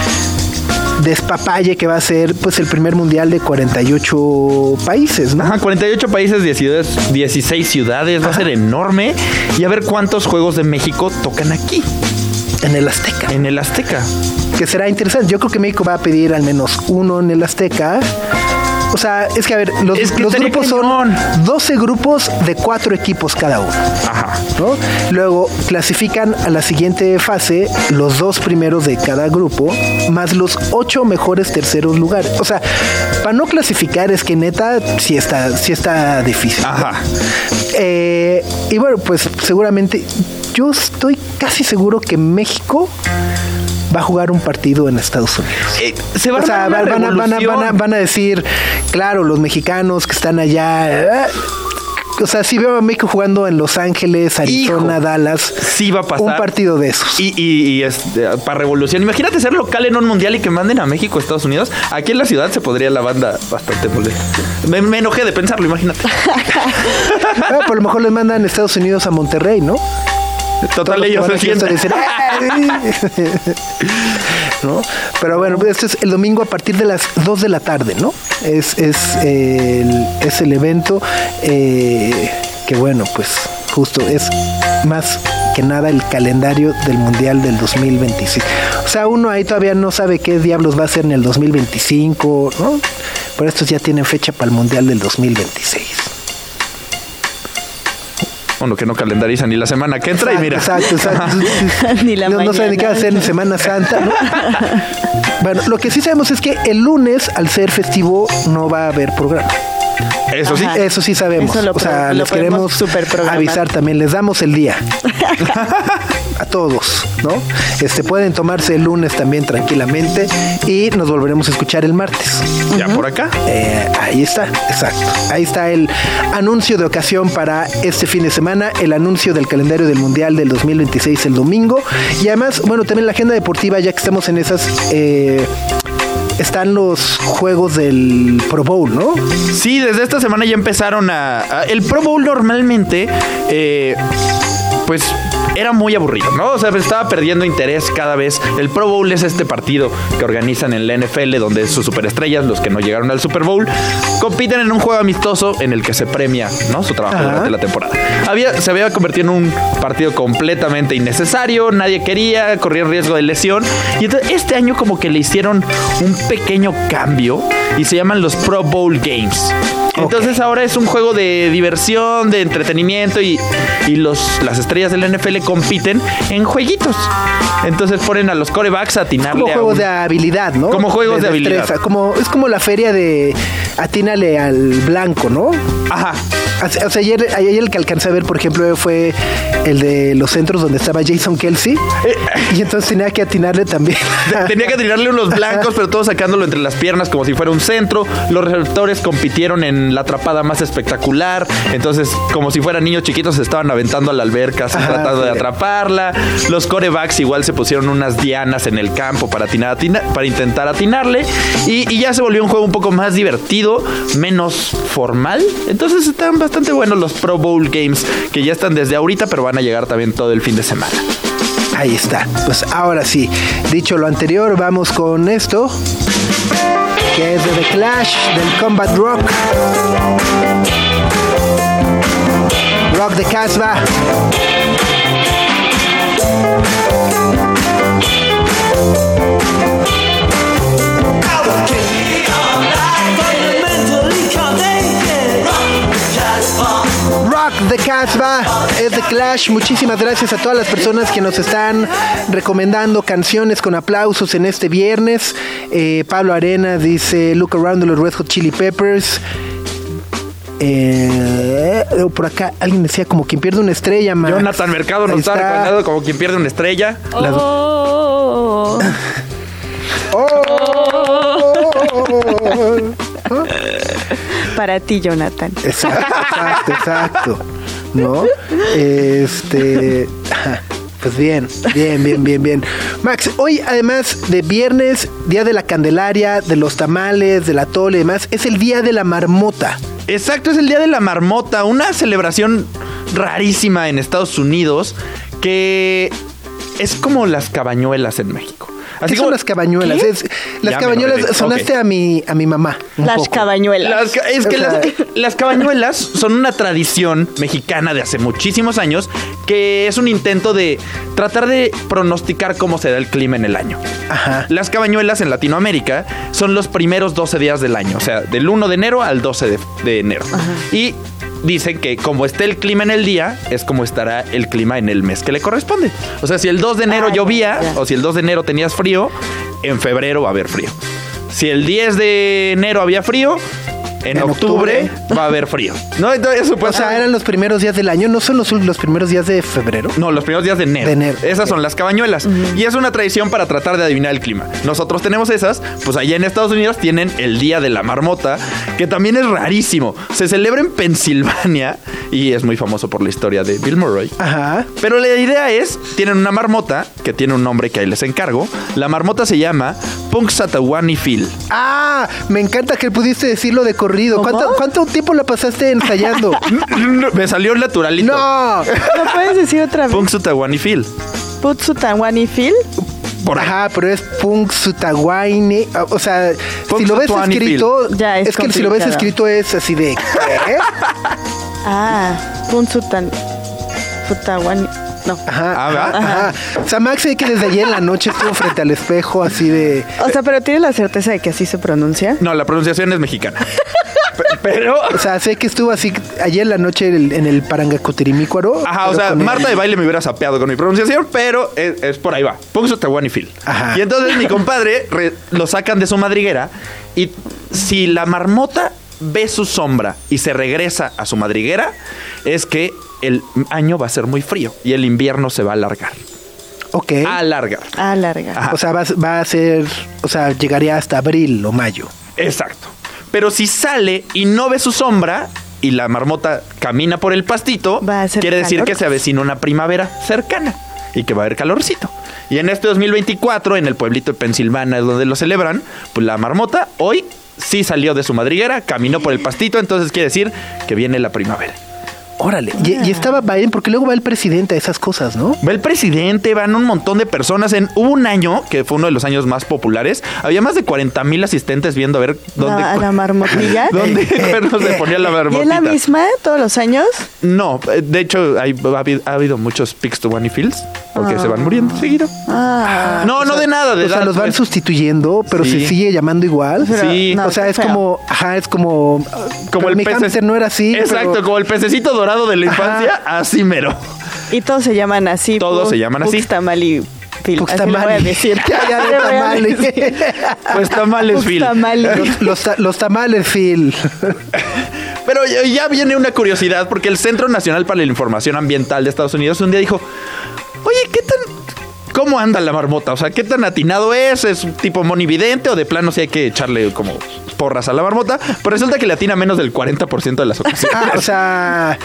despapalle que va a ser pues el primer mundial de cuarenta y ocho países, ¿no? Ajá, cuarenta y ocho países, dieciséis ciudades, va a ser enorme. Y a ver cuántos juegos de México tocan aquí. En el Azteca. En el Azteca. Que será interesante. Yo creo que México va a pedir al menos uno en el Azteca. O sea, es que a ver, los, Es que los estaría grupos cañón. son doce grupos de cuatro equipos cada uno. Ajá. ¿No? Luego clasifican a la siguiente fase los dos primeros de cada grupo, más los ocho mejores terceros lugares. O sea, para no clasificar es que neta sí está, sí está difícil. Ajá. Eh, y bueno, pues seguramente yo estoy casi seguro que México va a jugar un partido en Estados Unidos. Eh, se va a O sea, armar una van a, van, a, revolución. van, a, van a decir, claro, los mexicanos que están allá. eh, O sea, si veo a México jugando en Los Ángeles, Arizona, Hijo, Dallas. sí va a pasar. Un partido de esos. Y, y, y este, para revolución. Imagínate ser local en un mundial y que manden a México, Estados Unidos. Aquí en la ciudad se podría la banda bastante molesta. Me, me enojé de pensarlo, imagínate. Ah, por lo mejor les mandan Estados Unidos a Monterrey, ¿no? Total, Todos ellos los se que van aquí sienten. dicen, "Ay". ¿No? Pero bueno, este es el domingo a partir de las dos de la tarde, ¿no? Es, es, eh, el, es el evento eh, que, bueno, pues justo es más que nada el calendario del Mundial del dos mil veintiséis. O sea, uno ahí todavía no sabe qué diablos va a ser en el dos mil veinticinco, ¿no? Pero estos ya tienen fecha para el Mundial del dos mil veintiséis. Bueno, que no calendarizan ni la semana que entra y mira. Exacto, exacto. Ni la no, no saben ni qué mañana. hacer en Semana Santa, ¿no? Bueno, lo que sí sabemos es que el lunes, al ser festivo, no va a haber programa. Eso sí. Ajá. Eso sí sabemos. Eso lo o sea, pro- lo les queremos podemos superprogramar. avisar también. Les damos el día. A todos, ¿no? Este, pueden tomarse el lunes también tranquilamente y nos volveremos a escuchar el martes. Ya por acá. Eh, ahí está, exacto. Ahí está el anuncio de ocasión para este fin de semana, el anuncio del calendario del Mundial del dos mil veintiséis el domingo. Y además, bueno, también la agenda deportiva, ya que estamos en esas... Eh, están los juegos del Pro Bowl, ¿no? Sí, desde esta semana ya empezaron a... a el Pro Bowl normalmente, eh, pues... era muy aburrido, ¿no? O sea, estaba perdiendo interés cada vez. El Pro Bowl es este partido que organizan en la N F L, donde sus superestrellas, los que no llegaron al Super Bowl, compiten en un juego amistoso en el que se premia, ¿no? Su trabajo Ajá. durante la temporada. Había, se había convertido en un partido completamente innecesario, nadie quería, corría riesgo de lesión. Y entonces este año como que le hicieron un pequeño cambio y se llaman los Pro Bowl Games. Entonces okay. ahora es un juego de diversión, de entretenimiento y, y los, las estrellas del N F L compiten en jueguitos. Entonces ponen a los quarterbacks a atinarle. Como juegos a un, de habilidad, ¿no? Como juegos de, de habilidad. Como, es como la feria de atínale al blanco, ¿no? Ajá. O sea, ayer, ayer el que alcancé a ver, por ejemplo, fue el de los centros donde estaba Jason Kelsey. Eh, y entonces tenía que atinarle también. Tenía que atinarle unos blancos, pero todo sacándolo entre las piernas como si fuera un centro. Los receptores compitieron en la atrapada más espectacular. Entonces, como si fueran niños chiquitos, se estaban aventando a la alberca así, Ajá, tratando sí. de atraparla. Los quarterbacks igual se pusieron unas dianas en el campo para, atinar, atinar, para intentar atinarle. Y, y ya se volvió un juego un poco más divertido, menos formal. Entonces están bastante buenos los Pro Bowl Games, que ya están desde ahorita, pero van a llegar también todo el fin de semana. Ahí está. Pues ahora sí, dicho lo anterior, vamos con esto, que es de The Clash, del Combat Rock. Rock the Casbah. Rock the Casbah es The Clash. Muchísimas gracias a todas las personas que nos están recomendando canciones con aplausos en este viernes. eh, Pablo Arena dice Look Around de los Red Hot Chili Peppers. Eh, por acá alguien decía como quien pierde una estrella, Max. Jonathan Mercado nos está recomendando como quien pierde una estrella. Oh. Las... oh. oh. Para ti, Jonathan. Exacto, exacto, exacto. ¿No? Este... Pues bien, bien, bien, bien, bien. Max, hoy además de viernes, día de la Candelaria, de los tamales, del atole y demás, es el día de la marmota. Exacto, es el día de la marmota, una celebración rarísima en Estados Unidos que es como las cabañuelas en México. Así ¿Qué como, son las cabañuelas? Es, las ya cabañuelas, sonaste okay. a mi a mi mamá. Las poco. cabañuelas. Las, es que o sea, las, las cabañuelas son una tradición mexicana de hace muchísimos años que es un intento de tratar de pronosticar cómo se da el clima en el año. Ajá. Las cabañuelas en Latinoamérica son los primeros doce días del año, o sea, del uno de enero al doce de, de enero. Ajá. Y dicen que como esté el clima en el día, es como estará el clima en el mes que le corresponde. O sea, si el dos de enero Ay, llovía, ya. o si el dos de enero tenías frío, en febrero va a haber frío. Si el diez de enero había frío, en, en octubre, octubre va a haber frío. ¿No? Entonces, o sea, eran los primeros días del año, ¿no son los, los primeros días de febrero? No, los primeros días de enero. De enero. Esas okay. son las cabañuelas. Uh-huh. Y es una tradición para tratar de adivinar el clima. Nosotros tenemos esas, pues allá en Estados Unidos tienen el Día de la Marmota, que también es rarísimo. Se celebra en Pensilvania y es muy famoso por la historia de Bill Murray. Ajá. Pero la idea es, tienen una marmota, que tiene un nombre que ahí les encargo. La marmota se llama Punxsutawney Phil. Ah, me encanta que pudiste decirlo de corrido. ¿Cuánto, ¿Cuánto tiempo la pasaste ensayando? Me salió naturalito. No. ¿No puedes decir otra vez? Punxsutawney Phil. Punxsutawney Phil. Por Ajá, pero es Punxsutawney. O sea, si lo ves escrito, ya es, es que si lo ves escrito es así de ¿qué? Ah, Punxsutawney. No. Ajá, ajá, ajá. O sea, Max ve que desde ayer en la noche estuvo frente al espejo así de... O sea, pero ¿tienes la certeza de que así se pronuncia? No, la pronunciación es mexicana. Pero... O sea, sé que estuvo así ayer en la noche en el Parangacotirimícuaro. Ajá, o sea, Marta el... de baile me hubiera sapeado con mi pronunciación, pero es, es por ahí va. Punxsutawney Phil. Ajá. Y entonces mi compadre re, lo sacan de su madriguera y si la marmota ve su sombra y se regresa a su madriguera, es que el año va a ser muy frío y el invierno se va a alargar. Ok. Alargar. Ah, larga. Ajá. O sea, va, va a ser, o sea, llegaría hasta abril o mayo. Exacto. Pero si sale y no ve su sombra y la marmota camina por el pastito, Va a hacer quiere decir calor. que se avecina una primavera cercana y que va a haber calorcito. Y en este dos mil veinticuatro, en el pueblito de Pensilvania, donde lo celebran, pues la marmota hoy sí salió de su madriguera, caminó por el pastito, entonces quiere decir que viene la primavera. Órale. Y, y estaba Biden, porque luego va el presidente a esas cosas, ¿no? Va el presidente, van un montón de personas. En, hubo un año, que fue uno de los años más populares, había más de cuarenta mil asistentes viendo a ver dónde, La, la marmotilla. dónde cuernos se ponía la ¿Y marmotita. es la misma todos los años? No, de hecho hay, ha, habido, ha habido muchos picks to Bunny Fields porque se van muriendo seguido. Ah. No, no de nada, de O sea, edad, los van pues. sustituyendo, pero Sí. se sigue llamando igual. Pero- Sí. no, O sea, qué es feo. como, ajá, es como, Como pero el mi pece- hámster no era así. Exacto, pero- como el pececito dorado de la infancia, así mero. Y todos se llaman así. Todos Pug- se llaman así. Pux Tamali Phil. Pux Así le voy a Tamali. decir. Ya, ya, de Le voy a tamales. decir. Pues tamales, Pux Phil. Tamali. Los, los, ta- los tamales, Phil. Pero ya, ya viene una curiosidad porque el Centro Nacional para la Información Ambiental de Estados Unidos un día dijo, oye, ¿qué tan... ¿Cómo anda la marmota? O sea, ¿qué tan atinado es? ¿Es un tipo monividente o de plano sí hay que echarle como porras a la marmota? Pero resulta que le atina menos del cuarenta por ciento de las ocasiones. Ah, o sea...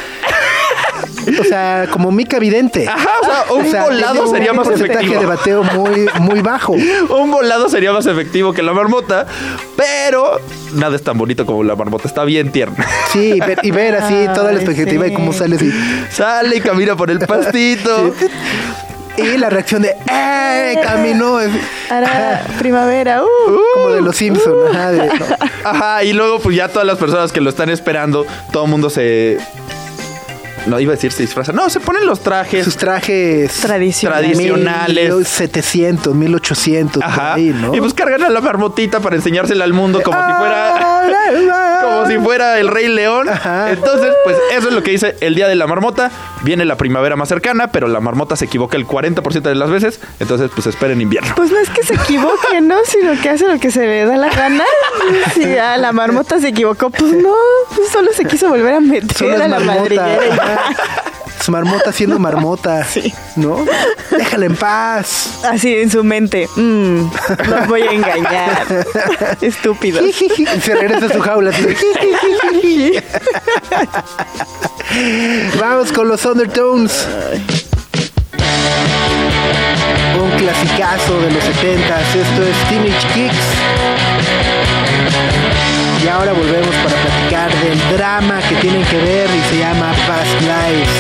O sea, como Mica Vidente. Ajá, o sea, un O sea, volado tiene un sería más porcentaje efectivo. de bateo muy, muy bajo. Un volado sería más efectivo que la marmota, pero nada es tan bonito como la marmota. Está bien tierna. Sí, y ver, y ver así toda la Ay, expectativa sí. de cómo sale así. Sale y camina por el pastito. Y la reacción de ¡eh! Caminó. Ahora, primavera. Uh. Como de los Simpsons. Ajá, de- Ajá, y luego pues ya todas las personas que lo están esperando, todo el mundo se... No, iba a decir se disfraza. No, se ponen los trajes. sus trajes Tradicionales. Tradicionales. mil setecientos, mil ochocientos, por Ajá. ahí, ¿no? Y pues cargan a la marmotita para enseñársela al mundo como si fuera... como si fuera el Rey León. Ajá. Entonces, pues eso es lo que dice el Día de la Marmota. Viene la primavera más cercana, pero la marmota se equivoca el cuarenta por ciento de las veces. Entonces, pues esperen invierno. Pues no es que se equivoque, ¿no? Sino que hace lo que se le da la gana. Si a la marmota se equivocó, pues no. Pues solo se quiso volver a meter Solo es a la marmota. madriguera. y ya. Ajá. Su marmota siendo marmota. Sí. ¿No? Déjala en paz. Así en su mente. Mm, los voy a engañar. Estúpidos. Y se regresa a su jaula. así de- Vamos con los Undertones. Un clasicazo de los setentas. Esto es Teenage Kicks. Y ahora volvemos para platicar del drama que tienen que ver y se llama Past Lives.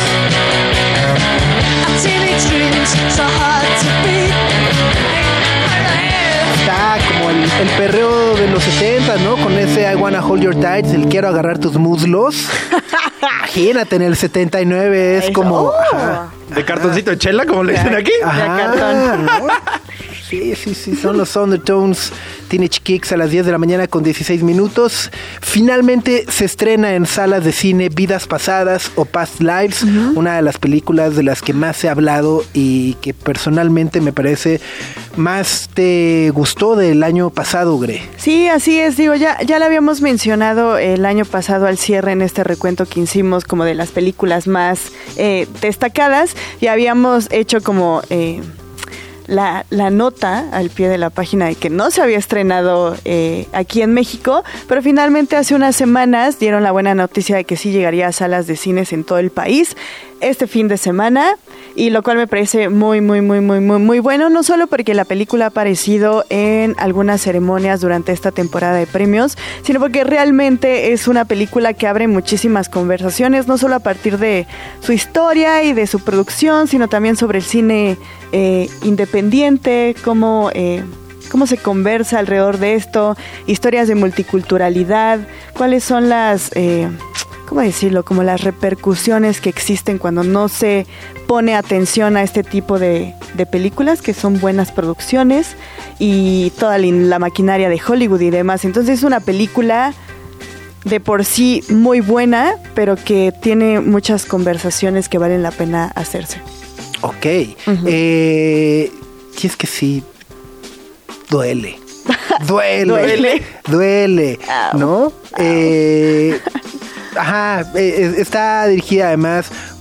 Está como el, el perreo de los setenta, ¿no? Con ese I wanna hold your tights, el quiero agarrar tus muslos. Imagínate, en el setenta y nueve es Eso. como... Oh. ajá, De cartoncito de chela, como le dicen aquí. ajá, cartón. ¿no? Sí, sí, sí, son los Undertones, Teenage Kicks a las diez de la mañana con dieciséis minutos. Finalmente se estrena en salas de cine Vidas Pasadas o Past Lives, una de las películas de las que más se ha hablado y que personalmente me parece más te gustó del año pasado, Gre. Sí, así es. Digo, ya, ya lo habíamos mencionado el año pasado al cierre en este recuento que hicimos como de las películas más eh, destacadas. Y habíamos hecho como... Eh, La, la nota al pie de la página de que no se había estrenado eh, aquí en México, pero finalmente hace unas semanas dieron la buena noticia de que sí llegaría a salas de cines en todo el país este fin de semana, y lo cual me parece muy, muy, muy, muy, muy, muy bueno, no solo porque la película ha aparecido en algunas ceremonias durante esta temporada de premios, sino porque realmente es una película que abre muchísimas conversaciones, no solo a partir de su historia y de su producción, sino también sobre el cine eh, independiente, cómo... Eh, cómo se conversa alrededor de esto, historias de multiculturalidad, cuáles son las, eh, ¿cómo decirlo? Como las repercusiones que existen cuando no se pone atención a este tipo de, de películas, que son buenas producciones, y toda la, la maquinaria de Hollywood y demás. Entonces es una película de por sí muy buena, pero que tiene muchas conversaciones que valen la pena hacerse. Ok. eh, y es que sí, duele. Duele. Duele. Duele. Au. ¿No? Eh, ajá. eh, está dirigida además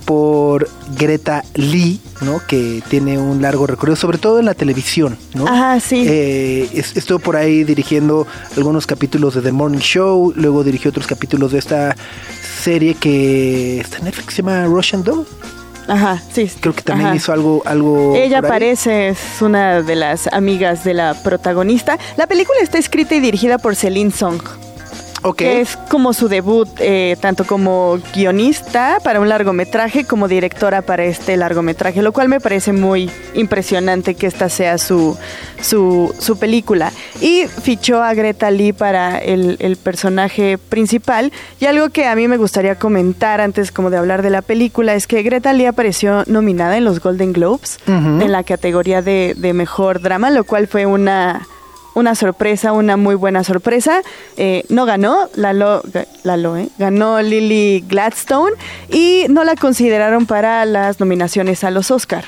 por Greta Lee, ¿no? Que tiene un largo recorrido, sobre todo en la televisión, ¿no? Ajá, sí. Eh, es- estuvo por ahí dirigiendo algunos capítulos de The Morning Show, luego dirigió otros capítulos de esta serie que está en Netflix, se llama Russian Doll. Ajá, sí. Creo que también Ajá. hizo algo, algo Ella por ahí. parece, es una de las amigas de la protagonista. La película está escrita y dirigida por Celine Song, Ok. que es como su debut, eh, tanto como guionista para un largometraje como directora para este largometraje, lo cual me parece muy impresionante que esta sea su, su, su película. Y fichó a Greta Lee para el, el personaje principal. Y algo que a mí me gustaría comentar antes como de hablar de la película es que Greta Lee apareció nominada en los Golden Globes Ujú. en la categoría de, de mejor drama, lo cual fue una... Una sorpresa, una muy buena sorpresa. Eh, no ganó, Lalo, Lalo ¿eh? ganó Lily Gladstone y no la consideraron para las nominaciones a los Oscar.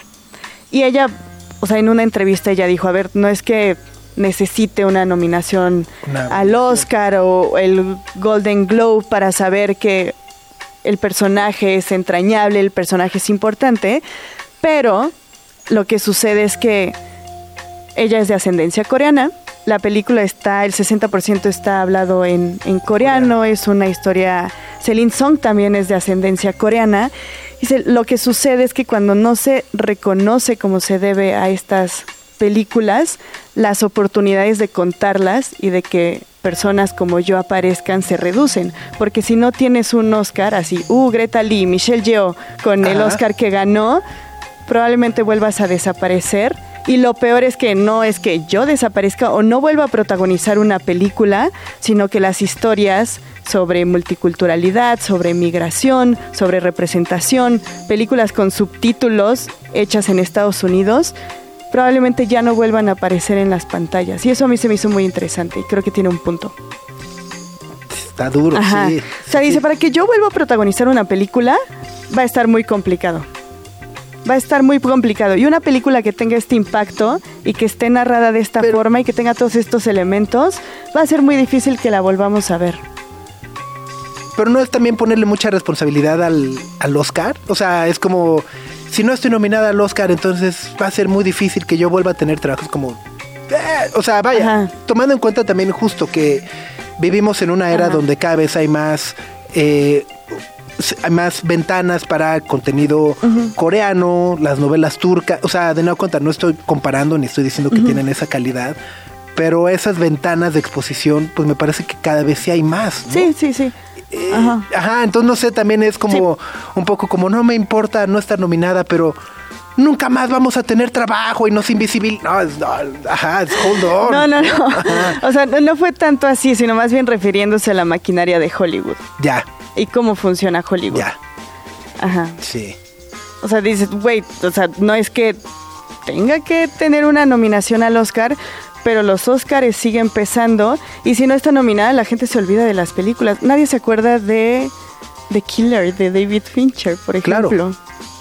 Y ella, o sea, en una entrevista ella dijo, a ver, no es que necesite una nominación Una al Oscar o el Golden Globe para saber que el personaje es entrañable, el personaje es importante, pero lo que sucede es que ella es de ascendencia coreana. La película está, el sesenta por ciento está hablado en, en coreano, es una historia... Celine Song también es de ascendencia coreana. Dice, lo que sucede es que cuando no se reconoce como se debe a estas películas, las oportunidades de contarlas y de que personas como yo aparezcan se reducen. Porque si no tienes un Oscar así, uh, Greta Lee, Michelle Yeoh, con el Ajá. Oscar que ganó, probablemente vuelvas a desaparecer. Y lo peor es que no es que yo desaparezca o no vuelva a protagonizar una película, sino que las historias sobre multiculturalidad, sobre migración, sobre representación, películas con subtítulos hechas en Estados Unidos, probablemente ya no vuelvan a aparecer en las pantallas. Y eso a mí se me hizo muy interesante y creo que tiene un punto. Está duro, Ajá. sí. O sea, Sí, dice, sí. para que yo vuelva a protagonizar una película, va a estar muy complicado. Va a estar muy complicado. Y una película que tenga este impacto y que esté narrada de esta Pero- forma y que tenga todos estos elementos, va a ser muy difícil que la volvamos a ver. Pero no es también ponerle mucha responsabilidad al, al Oscar. O sea, es como, si no estoy nominada al Oscar, entonces va a ser muy difícil que yo vuelva a tener trabajos como... eh, o sea, vaya, Ajá. tomando en cuenta también justo que vivimos en una era Ajá. donde cada vez hay más... eh, hay más ventanas para contenido coreano, las novelas turcas. O sea, de nuevo cuenta, no estoy comparando ni estoy diciendo que tienen esa calidad, pero esas ventanas de exposición, pues me parece que cada vez sí hay más, ¿no? Sí, sí, sí. Eh, Ajá. ajá. Entonces no sé, también es como un poco como no me importa no estar nominada, pero nunca más vamos a tener trabajo y nos invisibil. No, es- no, ajá, es hold on. No, no, no. Ajá. O sea, no, no fue tanto así, sino más bien refiriéndose a la maquinaria de Hollywood Ya, y cómo funciona Hollywood. ya, Ajá. sí. O sea, dices, wait, o sea, no es que tenga que tener una nominación al Oscar, pero los Oscars siguen pesando y si no está nominada la gente se olvida de las películas. Nadie se acuerda de The Killer, de David Fincher, por ejemplo. Claro.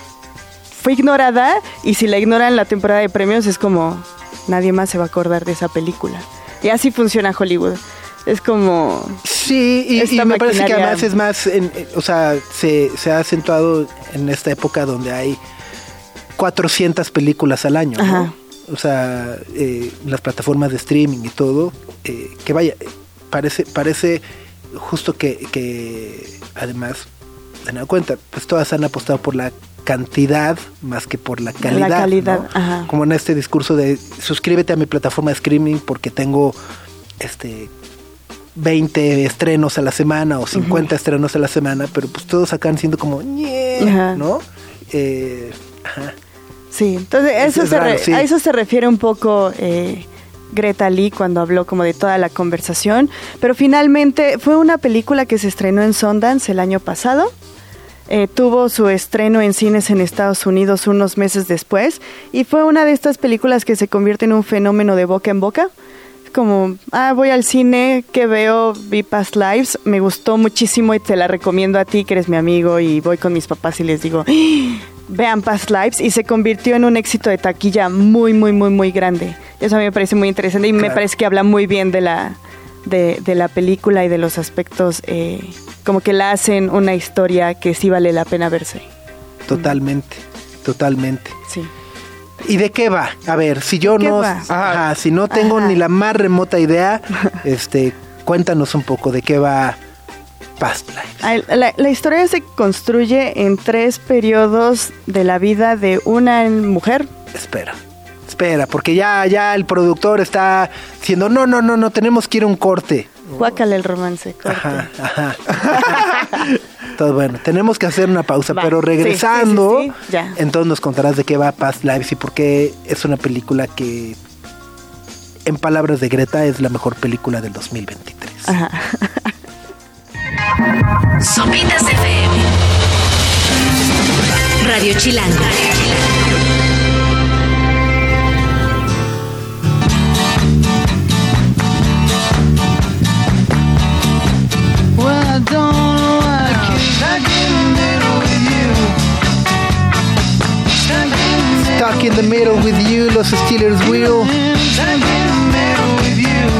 Fue ignorada y si la ignoran en la temporada de premios es como nadie más se va a acordar de esa película. Y así funciona Hollywood. Es como... Sí, y, Esta y me parece que maquinaria- además es más, en- en- o sea, se, se ha acentuado en esta época donde hay cuatrocientas películas al año, ¿no? Ajá. O sea, eh, las plataformas de streaming y todo, eh, que vaya, eh, parece, parece justo que, que además, de nueva cuenta, pues todas han apostado por la cantidad más que por la calidad. calidad, ¿no? ajá. Como en este discurso de suscríbete a mi plataforma de streaming porque tengo este veinte estrenos a la semana o cincuenta estrenos a la semana, pero pues todos acaban siendo como "Ñe", Ajá. ¿no? Eh, ajá. Sí, entonces Es- eso es se raro, re- sí. a eso se refiere un poco eh, Greta Lee cuando habló como de toda la conversación, pero finalmente fue una película que se estrenó en Sundance el año pasado. Eh, tuvo su estreno en cines en Estados Unidos unos meses después y fue una de estas películas que se convierte en un fenómeno de boca en boca. Como, ah, voy al cine, ¿qué veo? Vi Past Lives, me gustó muchísimo y te la recomiendo a ti que eres mi amigo y voy con mis papás y les digo, ¡Ah! Vean Past Lives y se convirtió en un éxito de taquilla muy, muy, muy, muy grande. Eso a mí me parece muy interesante y me Claro. parece que habla muy bien de la, de, de la película y de los aspectos, eh, como que la hacen una historia que sí vale la pena verse. totalmente, totalmente. Sí. ¿Y de qué va? A ver, si yo ¿De qué no, va? ajá, si no tengo Ajá. ni la más remota idea, este, cuéntanos un poco de qué va Past Lives. Ay, La, la historia se construye en tres periodos de la vida de una mujer. Espera, espera, porque ya, ya el productor está diciendo, no, no, no, no, tenemos que ir a un corte. Guácale el romance. corte. Ajá, ajá. Entonces, bueno, tenemos que hacer una pausa, Va, pero sí, regresando, sí, sí, sí, ya. entonces nos contarás de qué va Past Lives y por qué es una película que, en palabras de Greta, es la mejor película del dos mil veintitrés. Ajá. Sopitas F M. Radio Chilango. Well, I don't like it. Stuck in the middle with you. Stuck in the Stuck in the middle with you, los Steelers Wheel. Stuck in the middle with you.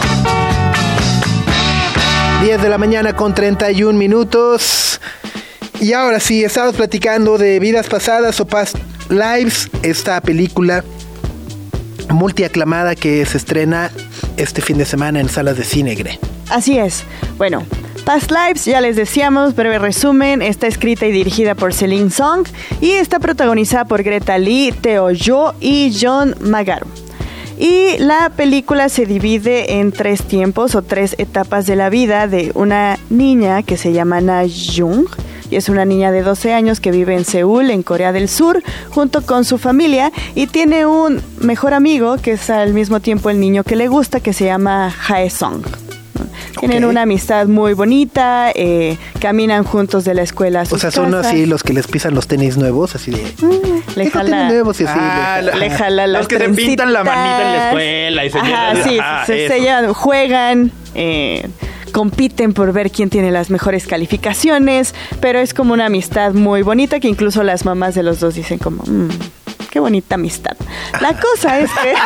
diez de la mañana con treinta y un minutos. Y ahora sí, estamos platicando de Vidas Pasadas o Past Lives, esta película multiaclamada que se estrena este fin de semana en salas de cine, Gre. Así es. Bueno, Past Lives, ya les decíamos, breve resumen, está escrita y dirigida por Celine Song y está protagonizada por Greta Lee, Theo Jo y John Magaro. Y la película se divide en tres tiempos o tres etapas de la vida de una niña que se llama Na Jung. Y es una niña de doce años que vive en Seúl, en Corea del Sur, junto con su familia. Y tiene un mejor amigo, que es al mismo tiempo el niño que le gusta, que se llama Hae Song. Tienen Ok. una amistad muy bonita, eh, caminan juntos de la escuela a sus O sea, son casas. así los que les pisan los tenis nuevos, así de... Le "Tengo jala, tenis nuevos", y así, Ah, le- la- le jala las Los que se pintan la trencitas. manita en la escuela y se Ajá, llenan- sí, Ajá, se, eso. se llevan, juegan, eh, compiten por ver quién tiene las mejores calificaciones, pero es como una amistad muy bonita que incluso las mamás de los dos dicen como, "Mm, qué bonita amistad". La cosa es que...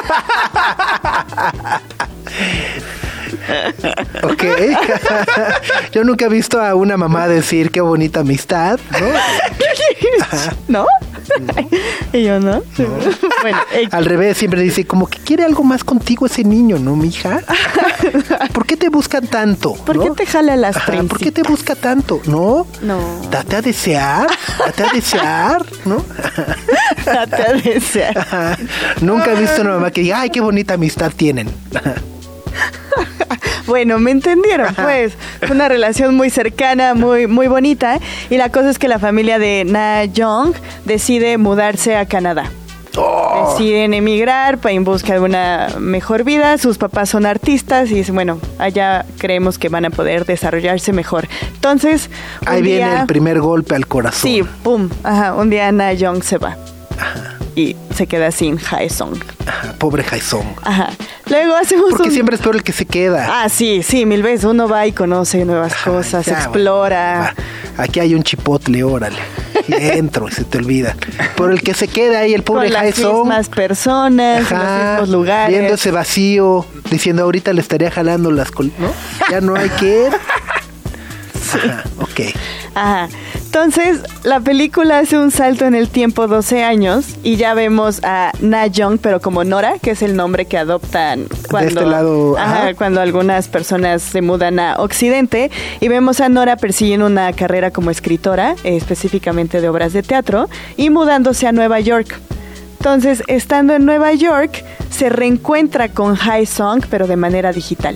Ok. Yo nunca he visto a una mamá decir qué bonita amistad, ¿no? ¿No? Y yo, ¿no? Bueno, eh, Al revés, siempre dice como que quiere algo más contigo ese niño, ¿no, mija? ¿Por qué te buscan tanto? ¿por ¿no? qué te jala las Ajá, trencitas? ¿por qué te busca tanto? ¿No? No. Date a desear, date a desear, ¿no? Date a desear. Ajá. Nunca he visto una mamá que diga, ay, qué bonita amistad tienen. Bueno, me entendieron, pues. Fue una relación muy cercana, muy, muy bonita. Y la cosa es que la familia de Na Jung decide mudarse a Canadá. Oh. Deciden emigrar para en busca de una mejor vida. Sus papás son artistas y dicen, bueno, allá creemos que van a poder desarrollarse mejor. Entonces, un Ahí viene día- el primer golpe al corazón. Sí, pum. Ajá, un día Na Jung se va. Y se queda sin Hae Song. Ajá, pobre Jason. Ajá. Luego hacemos Porque un... siempre es peor el que se queda. Ah, sí, sí, mil veces. Uno va y conoce nuevas cosas, Ya, explora. va. Aquí hay un chipotle, órale. Y entro y se te olvida. Pero el que se queda ahí, el pobre Con las Jason. mismas personas, en los mismos lugares. viendo ese vacío, diciendo ahorita le estaría jalando las col... ¿no? Ya no hay que ir. Ajá, ok. Ajá. Entonces, la película hace un salto en el tiempo doce años y ya vemos a Na Jung, pero como Nora, que es el nombre que adoptan cuando, este lado, ajá, ajá. cuando algunas personas se mudan a Occidente. Y vemos a Nora persiguiendo una carrera como escritora, eh, específicamente de obras de teatro, y mudándose a Nueva York. Entonces, estando en Nueva York, se reencuentra con Hae Song, pero de manera digital.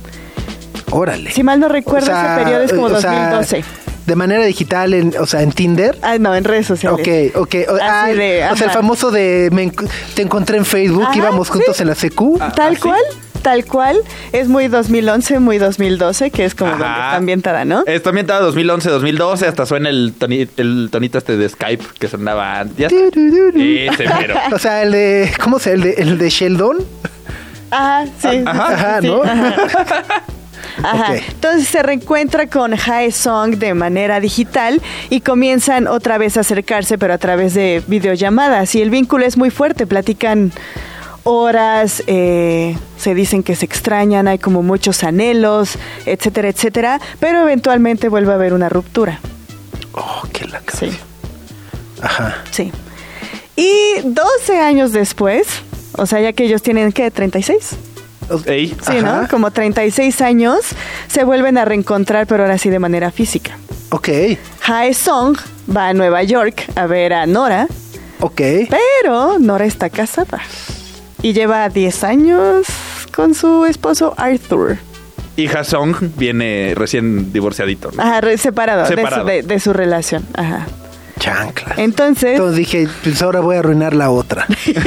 Órale. Si mal no recuerdo, O sea, ese periodo es como o sea, dos mil doce. de manera digital, en, o sea, en Tinder. Ah, no, en redes sociales. Ok, ok. O, Así ah, de, o sea, el ajá. famoso de me enc- te encontré en Facebook, Ajá, íbamos juntos sí. en la secu. Tal ¿sí? cual, tal cual. Es muy dos mil once, muy dos mil doce, que es como Ajá. donde está ambientada, ¿no? Está ambientada dos mil once, dos mil doce, hasta suena el, toni- el tonito este de Skype que sonaba antes. Tu, tu, tu, tu. Ese mero. O sea, el de, ¿cómo se llama? El de, el de Sheldon. Ajá, sí. Ajá, sí, Ajá, sí, ¿no? Ajá. Ajá. Ok. Entonces se reencuentra con Hae Song de manera digital y comienzan otra vez a acercarse, pero a través de videollamadas. Y el vínculo es muy fuerte, platican horas, eh, se dicen que se extrañan, hay como muchos anhelos, etcétera, etcétera. Pero eventualmente vuelve a haber una ruptura. Oh, qué la Sí. Ajá. Sí. Y doce años después, o sea, ya que ellos tienen, ¿qué? ¿treinta y seis? Ey. Sí, Ajá. ¿no? Como treinta y seis años, se vuelven a reencontrar, pero ahora sí de manera física. Ok, Hae Song va a Nueva York a ver a Nora, ok. pero Nora está casada y lleva diez años con su esposo Arthur. Y Ha-sung viene recién divorciadito, ¿no? Ajá, re- separado, de su- Separado. De, de su relación. Ajá. Chanclas. Entonces, Entonces dije, pues ahora voy a arruinar la otra.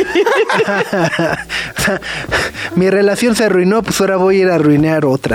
O sea, mi relación se arruinó, pues ahora voy a ir a arruinar otra.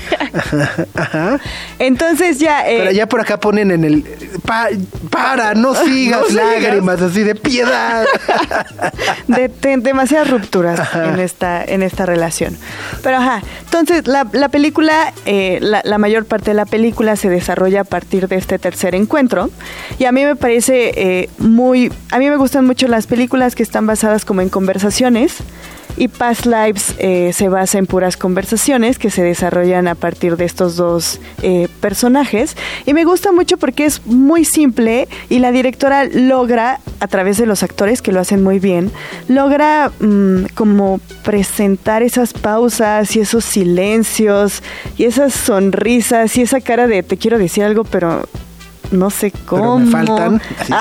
Ajá. entonces ya... eh, Pero ya por acá ponen en el... "Pa- para, no sigas, No sigas. lágrimas, así de piedad. de, de- demasiadas rupturas Ajá. en esta en esta relación. Pero ajá, entonces la, la película, eh, la, la mayor parte de la película se desarrolla a partir de este tercer encuentro y a mí me parece eh, muy, a mí me gustan mucho las películas que están basadas como en conversaciones y Past Lives eh, se basa en puras conversaciones que se desarrollan a partir de estos dos eh, personajes y me gusta mucho porque es muy simple y la directora logra, a través de los actores que lo hacen muy bien, logra mm, como presentar esas pausas y esos silencios y esas sonrisas y esa cara de te quiero decir algo pero no sé cómo. Pero me faltan. Así.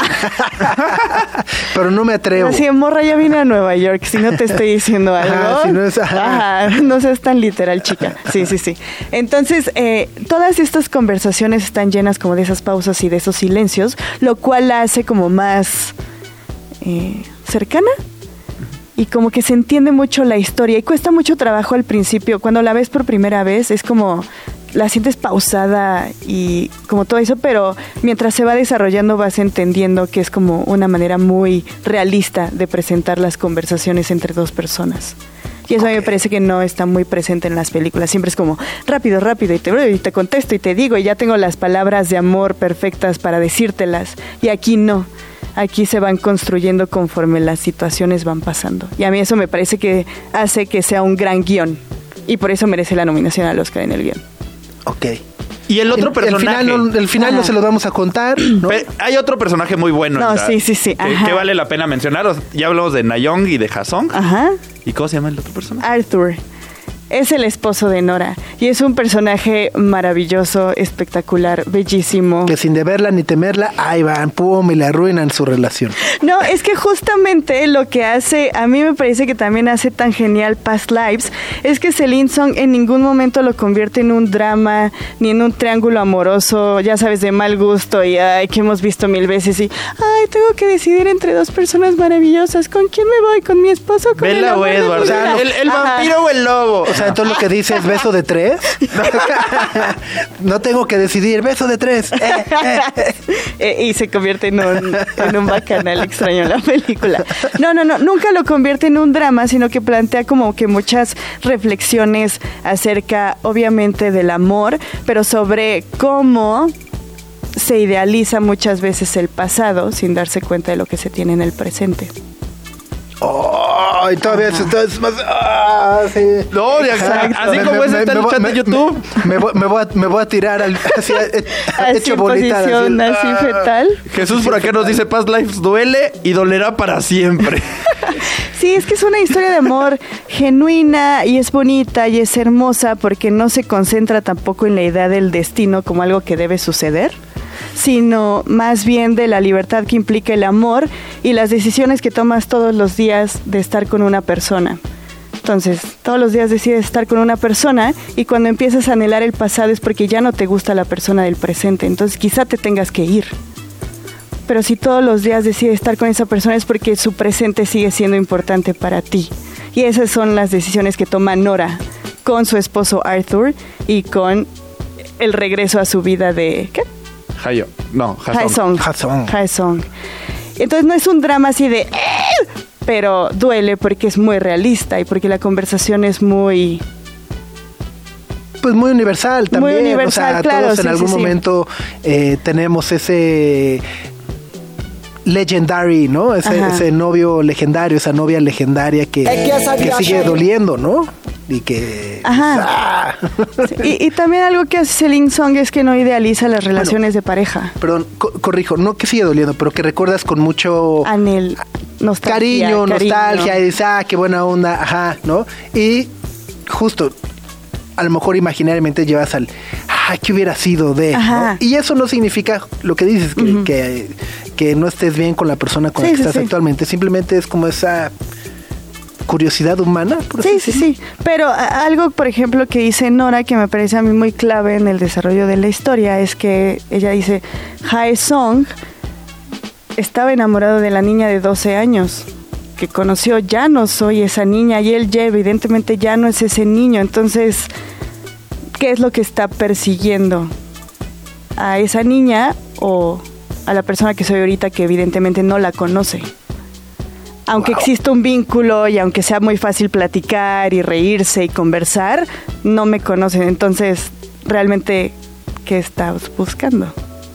Pero no me atrevo. Así, morra, ya vine a Nueva York, si no te estoy diciendo algo. Ajá, si no es- ajá. Ajá, no seas tan literal, chica. Sí, sí, sí. Entonces, eh, todas estas conversaciones están llenas como de esas pausas y de esos silencios, lo cual la hace como más eh, cercana. Y como que se entiende mucho la historia y cuesta mucho trabajo al principio. Cuando la ves por primera vez es como la sientes pausada y como todo eso, pero mientras se va desarrollando vas entendiendo que es como una manera muy realista de presentar las conversaciones entre dos personas. Y eso a mí me parece que no está muy presente en las películas. Siempre es como rápido, rápido, y te, y te contesto y te digo, y ya tengo las palabras de amor perfectas para decírtelas. Y aquí no. Aquí se van construyendo conforme las situaciones van pasando. Y a mí eso me parece que hace que sea un gran guión. Y por eso merece la nominación al Oscar en el guión. Ok. Y el otro El- personaje. El final, no, el final no Ajá. se los vamos a contar, ¿no? Pe- Hay otro personaje muy bueno. No, en la- sí, sí, sí, Que, ajá. que vale la pena mencionar. O sea, ya hablamos de Na-young y de Ha-sung. Ajá. ¿Y cómo se llama el otro personaje? Arthur. Es el esposo de Nora. Y es un personaje maravilloso, espectacular, bellísimo. Que sin deberla ni temerla, ahí van, pum, y le arruinan su relación. No, es que justamente lo que hace, a mí me parece que también hace tan genial Past Lives, es que Celine Song en ningún momento lo convierte en un drama, ni en un triángulo amoroso, ya sabes, de mal gusto y ay, que hemos visto mil veces y ay, tengo que decidir entre dos personas maravillosas, ¿con quién me voy? ¿Con mi esposo? ¿Con el Bella o amor de mi Edward. O sea, vida? ¿el, el Ajá. vampiro o el lobo? O sea, entonces lo que dice es beso de tres. No tengo que decidir, beso de tres. Eh, eh. Eh, y se convierte en un, en un bacanal extraño en la película. No, no, no, nunca lo convierte en un drama, sino que plantea como que muchas reflexiones acerca, obviamente, del amor, pero sobre cómo se idealiza muchas veces el pasado sin darse cuenta de lo que se tiene en el presente. Oh, y todavía es, todavía es más. Ah, sí. No, ya- Exacto. así Me- como me- es me- está me el voy- chat de me- YouTube. Me, voy, me, voy a, me voy a tirar al, así, eh, Así hecho en bolita. posición así. así fetal. Jesús por acá nos dice Past Lives duele y dolerá para siempre. Sí, es que es una historia de amor genuina y es bonita y es hermosa porque no se concentra tampoco en la idea del destino como algo que debe suceder, sino más bien de la libertad que implica el amor y las decisiones que tomas todos los días de estar con una persona. Entonces, todos los días decides estar con una persona y cuando empiezas a anhelar el pasado es porque ya no te gusta la persona del presente, entonces quizá te tengas que ir. Pero si todos los días decides estar con esa persona es porque su presente sigue siendo importante para ti. Y esas son las decisiones que toma Nora con su esposo Arthur y con el regreso a su vida de... ¿qué? Hayo. No, Hae Ha-sung. Song. Ha-sung. Hae Song. Entonces no es un drama así de... "Eh", pero duele porque es muy realista y porque la conversación es muy... Pues muy universal también. Muy universal, o sea, claro, todos en sí, algún sí, sí. momento eh, tenemos ese legendary, ¿no? Ese, Ajá. ese novio legendario, esa novia legendaria que, que sigue doliendo, ¿no? y que... Ajá. ¡Ah! Sí, y, y también algo que hace Celine Song es que no idealiza las relaciones de pareja. Perdón, co- corrijo, no que sigue doliendo, pero que recuerdas con mucho... Anel, nostalgia, cariño, cariño. nostalgia, y dices, ah, qué buena onda, ajá, ¿no? Y justo, a lo mejor imaginariamente llevas al, ah, ¿qué hubiera sido de? Ajá. ¿no? Y eso no significa lo que dices, que, uh-huh. que, que no estés bien con la persona con sí, la que sí, estás sí. actualmente, simplemente es como esa curiosidad humana, por así Sí, sí, decirlo. sí. Pero a- algo, por ejemplo, que dice Nora, que me parece a mí muy clave en el desarrollo de la historia, es que ella dice, Hae Song estaba enamorado de la niña de doce años que conoció, ya no soy esa niña, y él ya evidentemente ya no es ese niño. Entonces, ¿qué es lo que está persiguiendo? ¿A esa niña o a la persona que soy ahorita, que evidentemente no la conoce? Aunque Wow. exista un vínculo y aunque sea muy fácil platicar y reírse y conversar, no me conocen. Entonces, realmente, ¿qué estás buscando?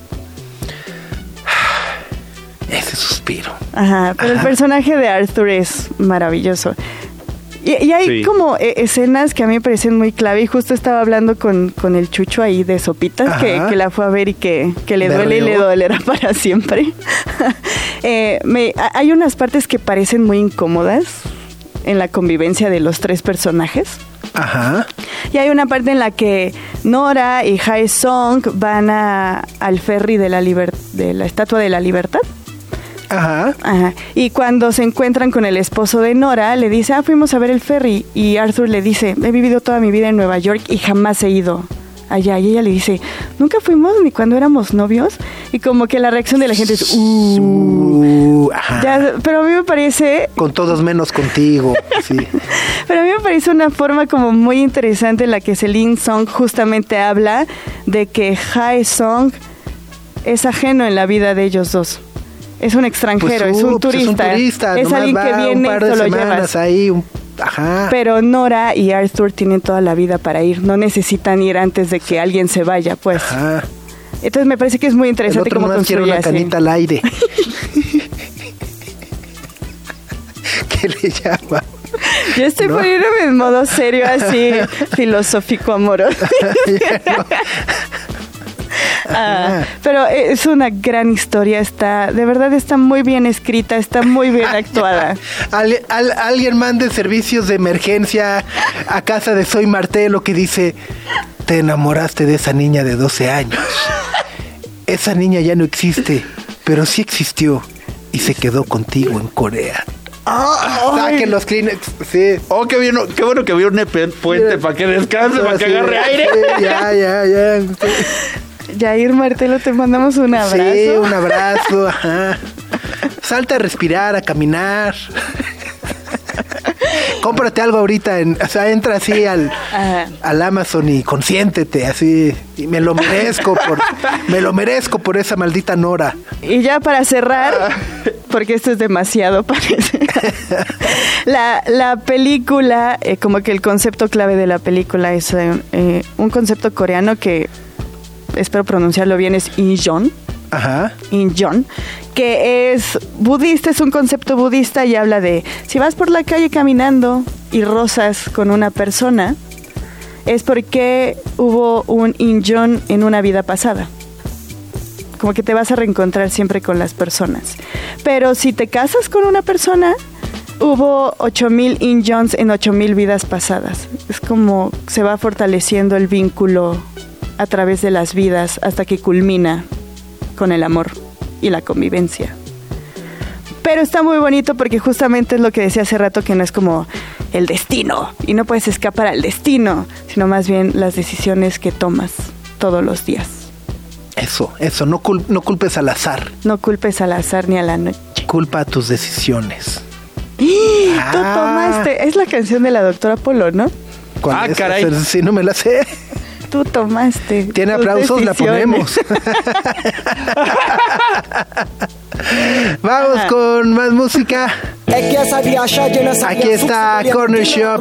Ese suspiro. Ajá, pero Ajá. el personaje de Arthur es maravilloso. Y, y hay Sí. como eh, escenas que a mí me parecen muy clave. Y justo estaba hablando con, con el Chucho ahí de Sopitas, que, Ajá. que la fue a ver y que, que le Berreó. duele y le dolerá para siempre. eh, me, a- hay unas partes que parecen muy incómodas en la convivencia de los tres personajes. Ajá. Y hay una parte en la que Nora y Hae Song van a, al ferry de la, liber- de la Estatua de la Libertad. Ajá. Ajá. Y cuando se encuentran con el esposo de Nora, le dice, ah, fuimos a ver el ferry. Y Arthur le dice, he vivido toda mi vida en Nueva York y jamás he ido allá. Y ella le dice, nunca fuimos ni cuando éramos novios. Y como que la reacción de la gente es, uh, Uh, ajá. ya, pero a mí me parece, Con todos menos contigo. Sí. pero a mí me parece una forma como muy interesante en la que Celine Song justamente habla de que Hae Song es ajeno en la vida de ellos dos. Es un extranjero, Pues, es un uh, pues turista. es un turista. es nomás alguien va que viene un y par de solo semanas llevas. ahí. Un, ajá. Pero Nora y Arthur tienen toda la vida para ir. No necesitan ir antes de que alguien se vaya, pues. Ajá. Entonces me parece que es muy El interesante otro cómo más quiere construye una así. canita al aire. ¿Qué le llama? Yo estoy ¿No? poniéndome en modo serio, así, filosófico amoroso. Ah, pero es una gran historia, está, de verdad está muy bien escrita, está muy bien actuada. Al- al- alguien mande servicios de emergencia a casa de Soy Martelo que dice, te enamoraste de esa niña de doce años. Esa niña ya no existe, pero sí existió y se quedó contigo en Corea. Saquen los Kleenex, sí. Oh, qué, bien, qué bueno que vio un puente para que descanse, para que Sí, agarre aire. sí, ya, ya, ya. Jair Martelo, te mandamos un abrazo. Sí, un abrazo, ajá. Salta a respirar, a caminar. Cómprate algo ahorita, en, o sea, entra así al, Ajá. al Amazon y consiéntete, así. Y me lo merezco por, me lo merezco por esa maldita Nora. Y ya para cerrar, porque esto es demasiado, parece. La, la película, eh, como que el concepto clave de la película es eh, eh, un concepto coreano que, espero pronunciarlo bien, es Injeon. Ajá. Injeon, que es budista, es un concepto budista y habla de si vas por la calle caminando y rozas con una persona, es porque hubo un Injeon en una vida pasada. Como que te vas a reencontrar siempre con las personas. Pero si te casas con una persona, hubo ocho mil Injeons en ocho mil vidas pasadas. Es como se va fortaleciendo el vínculo a través de las vidas hasta que culmina con el amor y la convivencia. Pero está muy bonito porque justamente es lo que decía hace rato, que no es como el destino y no puedes escapar al destino, sino más bien las decisiones que tomas todos los días. Eso, eso, no, cul- no culpes al azar, No culpes al azar ni a la noche. culpa a tus decisiones. Tú Ah. tomaste, es la canción de la doctora Polo, ¿no? ¿Cuál Ah, es? caray. O sea, sí, no me la sé. Tú tomaste. Tiene tus aplausos, la decisiones. ponemos. Vamos Ajá. con más música. Aquí está Corner Shop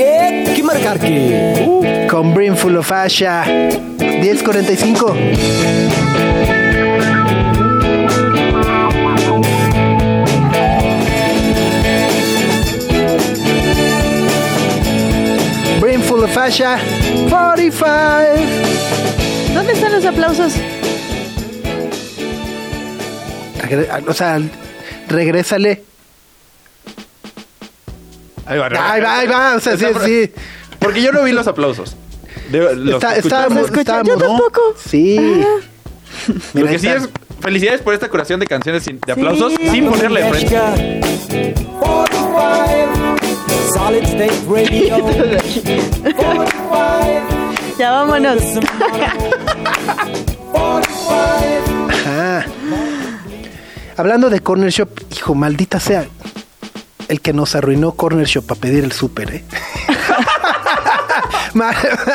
con Brimful of Asha. diez cuarenta y cinco. Sasha, cuarenta y cinco. ¿Dónde están los aplausos? Regre- o sea, regrésale. Ahí va, Ahí va, ahí va. O sea, sí, Está- sí. Porque yo no vi los aplausos. De- los Está, que escuché. estábamos, ¿Se escucha? estábamos- Yo tampoco. Sí. Lo Mira, que sí está- es felicidades por esta curación de canciones sin- de aplausos sin ponerle de frente. Solid State Radio. Ya vámonos. Ajá. Hablando de Corner Shop, hijo, maldita sea. El que nos arruinó Corner Shop para pedir el súper, ¿eh? Ma-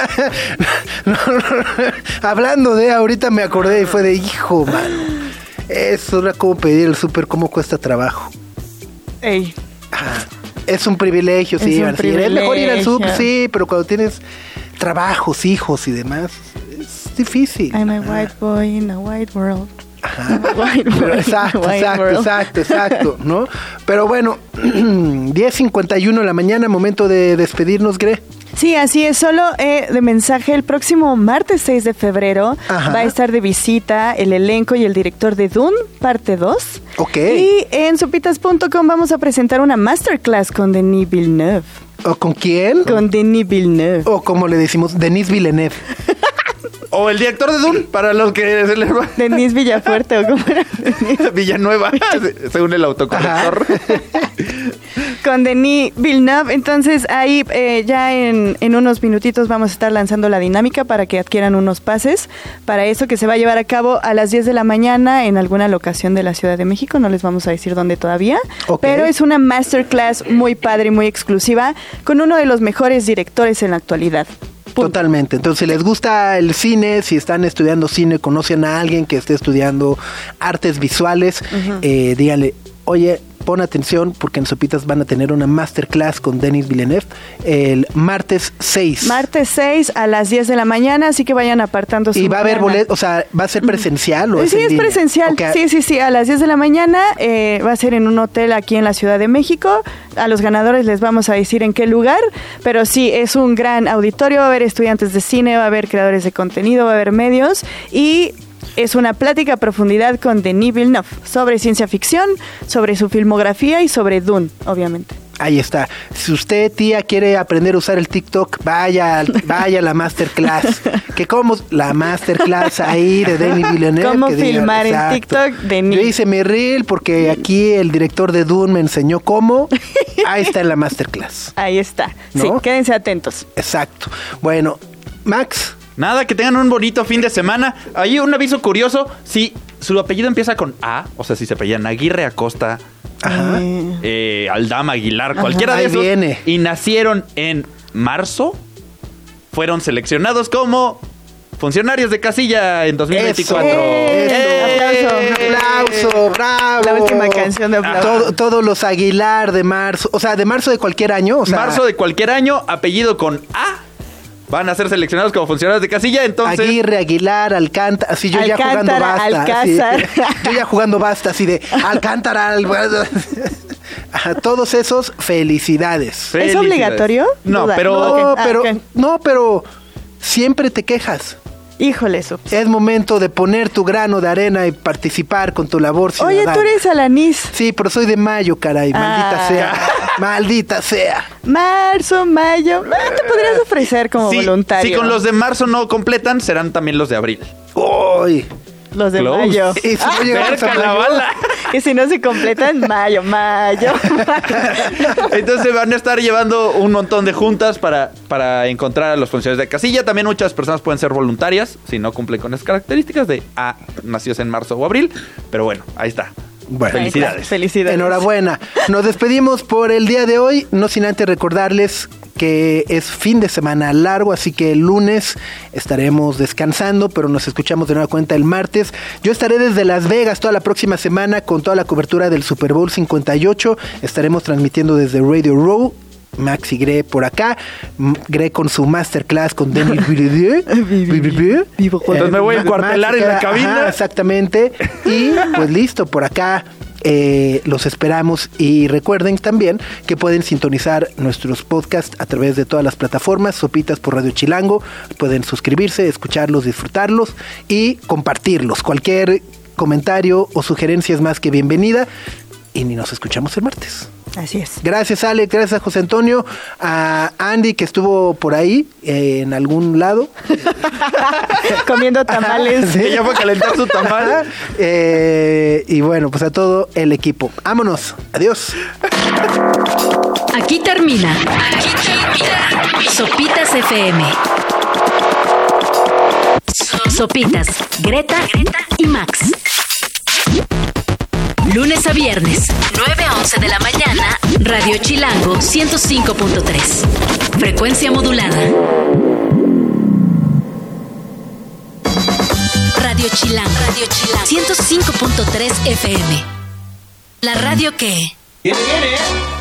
no, no, no. Hablando de, ahorita me acordé y fue de hijo, mano. Eso era como pedir el súper, cómo cuesta trabajo. Ey. Ajá. Es un privilegio, sí, Es un Marcela. Es mejor ir al privilegio. súper, sí, pero cuando tienes trabajos, hijos y demás, es difícil. I'm a Ah. white boy in a white world. Ajá. White boy Pero in a exacto, white exacto, world. exacto, exacto, ¿no? Pero bueno, diez cincuenta y uno de la mañana, momento de despedirnos, Gre. Sí, así es. Solo eh, de mensaje, el próximo martes seis de febrero Ajá. va a estar de visita el elenco y el director de Dune, parte dos. Ok. Y en sopitas punto com vamos a presentar una masterclass con Denis Villeneuve. ¿O con quién? Con Denis Villeneuve. O como le decimos, Denis Villeneuve. O el director de Dune, para los que se les va. Denis Villafuerte, ¿o cómo era? Villanueva, según el autocorrector. Con Denis Villeneuve. Entonces ahí eh, ya en, en unos minutitos vamos a estar lanzando la dinámica para que adquieran unos pases para eso, que se va a llevar a cabo a las diez de la mañana en alguna locación de la Ciudad de México. No les vamos a decir dónde todavía, Ok. pero es una masterclass muy padre y muy exclusiva con uno de los mejores directores en la actualidad. Punto. Totalmente. Entonces, si les gusta el cine, si están estudiando cine, conocen a alguien que esté estudiando artes visuales, eh, díganle, oye, pon atención porque en Sopitas van a tener una masterclass con Denis Villeneuve el martes seis. Martes seis a las diez de la mañana, así que vayan apartando su Y va a haber mañana. boletos, o sea, ¿va a ser presencial o es Sí, en es línea? presencial. Ok. Sí, sí, sí. A las diez de la mañana eh, va a ser en un hotel aquí en la Ciudad de México. A los ganadores les vamos a decir en qué lugar. Pero sí, es un gran auditorio. Va a haber estudiantes de cine, va a haber creadores de contenido, va a haber medios. Y es una plática a profundidad con Denis Villeneuve sobre ciencia ficción, sobre su filmografía y sobre Dune, obviamente. Ahí está. Si usted, tía, quiere aprender a usar el TikTok, vaya, al- vaya a la masterclass. Que como la masterclass ahí de Denis Villeneuve. Cómo que diga, filmar en exacto. TikTok, Denis. Yo hice mi reel porque aquí el director de Dune me enseñó cómo. Ahí está en la masterclass. Ahí está. Sí, ¿No? quédense atentos. Exacto. Bueno, Max. Nada, que tengan un bonito fin de semana. Ahí un aviso curioso, si su apellido empieza con A, o sea, si se apellidan Aguirre Acosta, Ajá. eh, Aldama Aguilar, cualquiera de Ahí esos, viene. y nacieron en marzo, fueron seleccionados como funcionarios de casilla en dos mil veinticuatro. Eso, ¡Eh! aplauso. Un aplauso, bravo. La última canción de aplauso. Todo- todos los Aguilar de marzo, o sea, de marzo de cualquier año. O sea, Marzo de cualquier año, apellido con A, van a ser seleccionados como funcionarios de casilla, entonces... Aguirre, Aguilar, Alcántara, así yo ya jugando Alcántara, basta. así. Alcázar. yo ya jugando basta, así de Alcántara. al- A todos esos, felicidades. ¿Es Felicidades. obligatorio? No, Duda. pero... No, ok. Ah, pero, ok. no, pero siempre te quejas. Híjole, eso. Es momento de poner tu grano de arena y participar con tu labor Oye, ciudadana. tú eres alanís. Sí, pero soy de mayo, caray. Maldita Ah. sea. Maldita sea. Marzo, mayo. Ah, te podrías ofrecer como Sí, voluntario. si con los de marzo no completan, serán también los de abril. Uy. Los de Close. mayo. Y si no llegamos a Cerca la mayo, bala. Y si no se completan, mayo, mayo. Entonces van a estar llevando un montón de juntas para, para encontrar a los funcionarios de casilla. También muchas personas pueden ser voluntarias si no cumplen con esas características de ah, nacidos en marzo o abril. Pero bueno, ahí está. Bueno. Felicidades. Felicidades. Enhorabuena. Nos despedimos por el día de hoy, no sin antes recordarles que es fin de semana largo, así que el lunes estaremos descansando, pero nos escuchamos de nueva cuenta el martes. Yo estaré desde Las Vegas toda la próxima semana con toda la cobertura del Super Bowl cincuenta y ocho. Estaremos transmitiendo desde Radio Row. Max y Gre por acá. M- Gre con su masterclass con Denis Villeneuve. Entonces me voy a encuartelar en la cabina. Ajá, exactamente. Y pues listo, por acá eh, los esperamos y recuerden también que pueden sintonizar nuestros podcasts a través de todas las plataformas, Sopitas por Radio Chilango, pueden suscribirse, escucharlos, disfrutarlos y compartirlos. Cualquier comentario o sugerencia es más que bienvenida y nos escuchamos el martes. Así es. Gracias, Alex, gracias a José Antonio, a Andy que estuvo por ahí eh, en algún lado comiendo tamales. Ella fue a calentar su tamal. eh, y bueno, pues a todo el equipo. Vámonos, adiós. Aquí termina. Aquí termina. Sopitas F M. Sopitas, Greta y Max. Lunes a viernes, nueve a once de la mañana, Radio Chilango ciento cinco punto tres. Frecuencia modulada. Radio Chilango, Radio Chilango ciento cinco punto tres F M. La radio que... Viene, viene.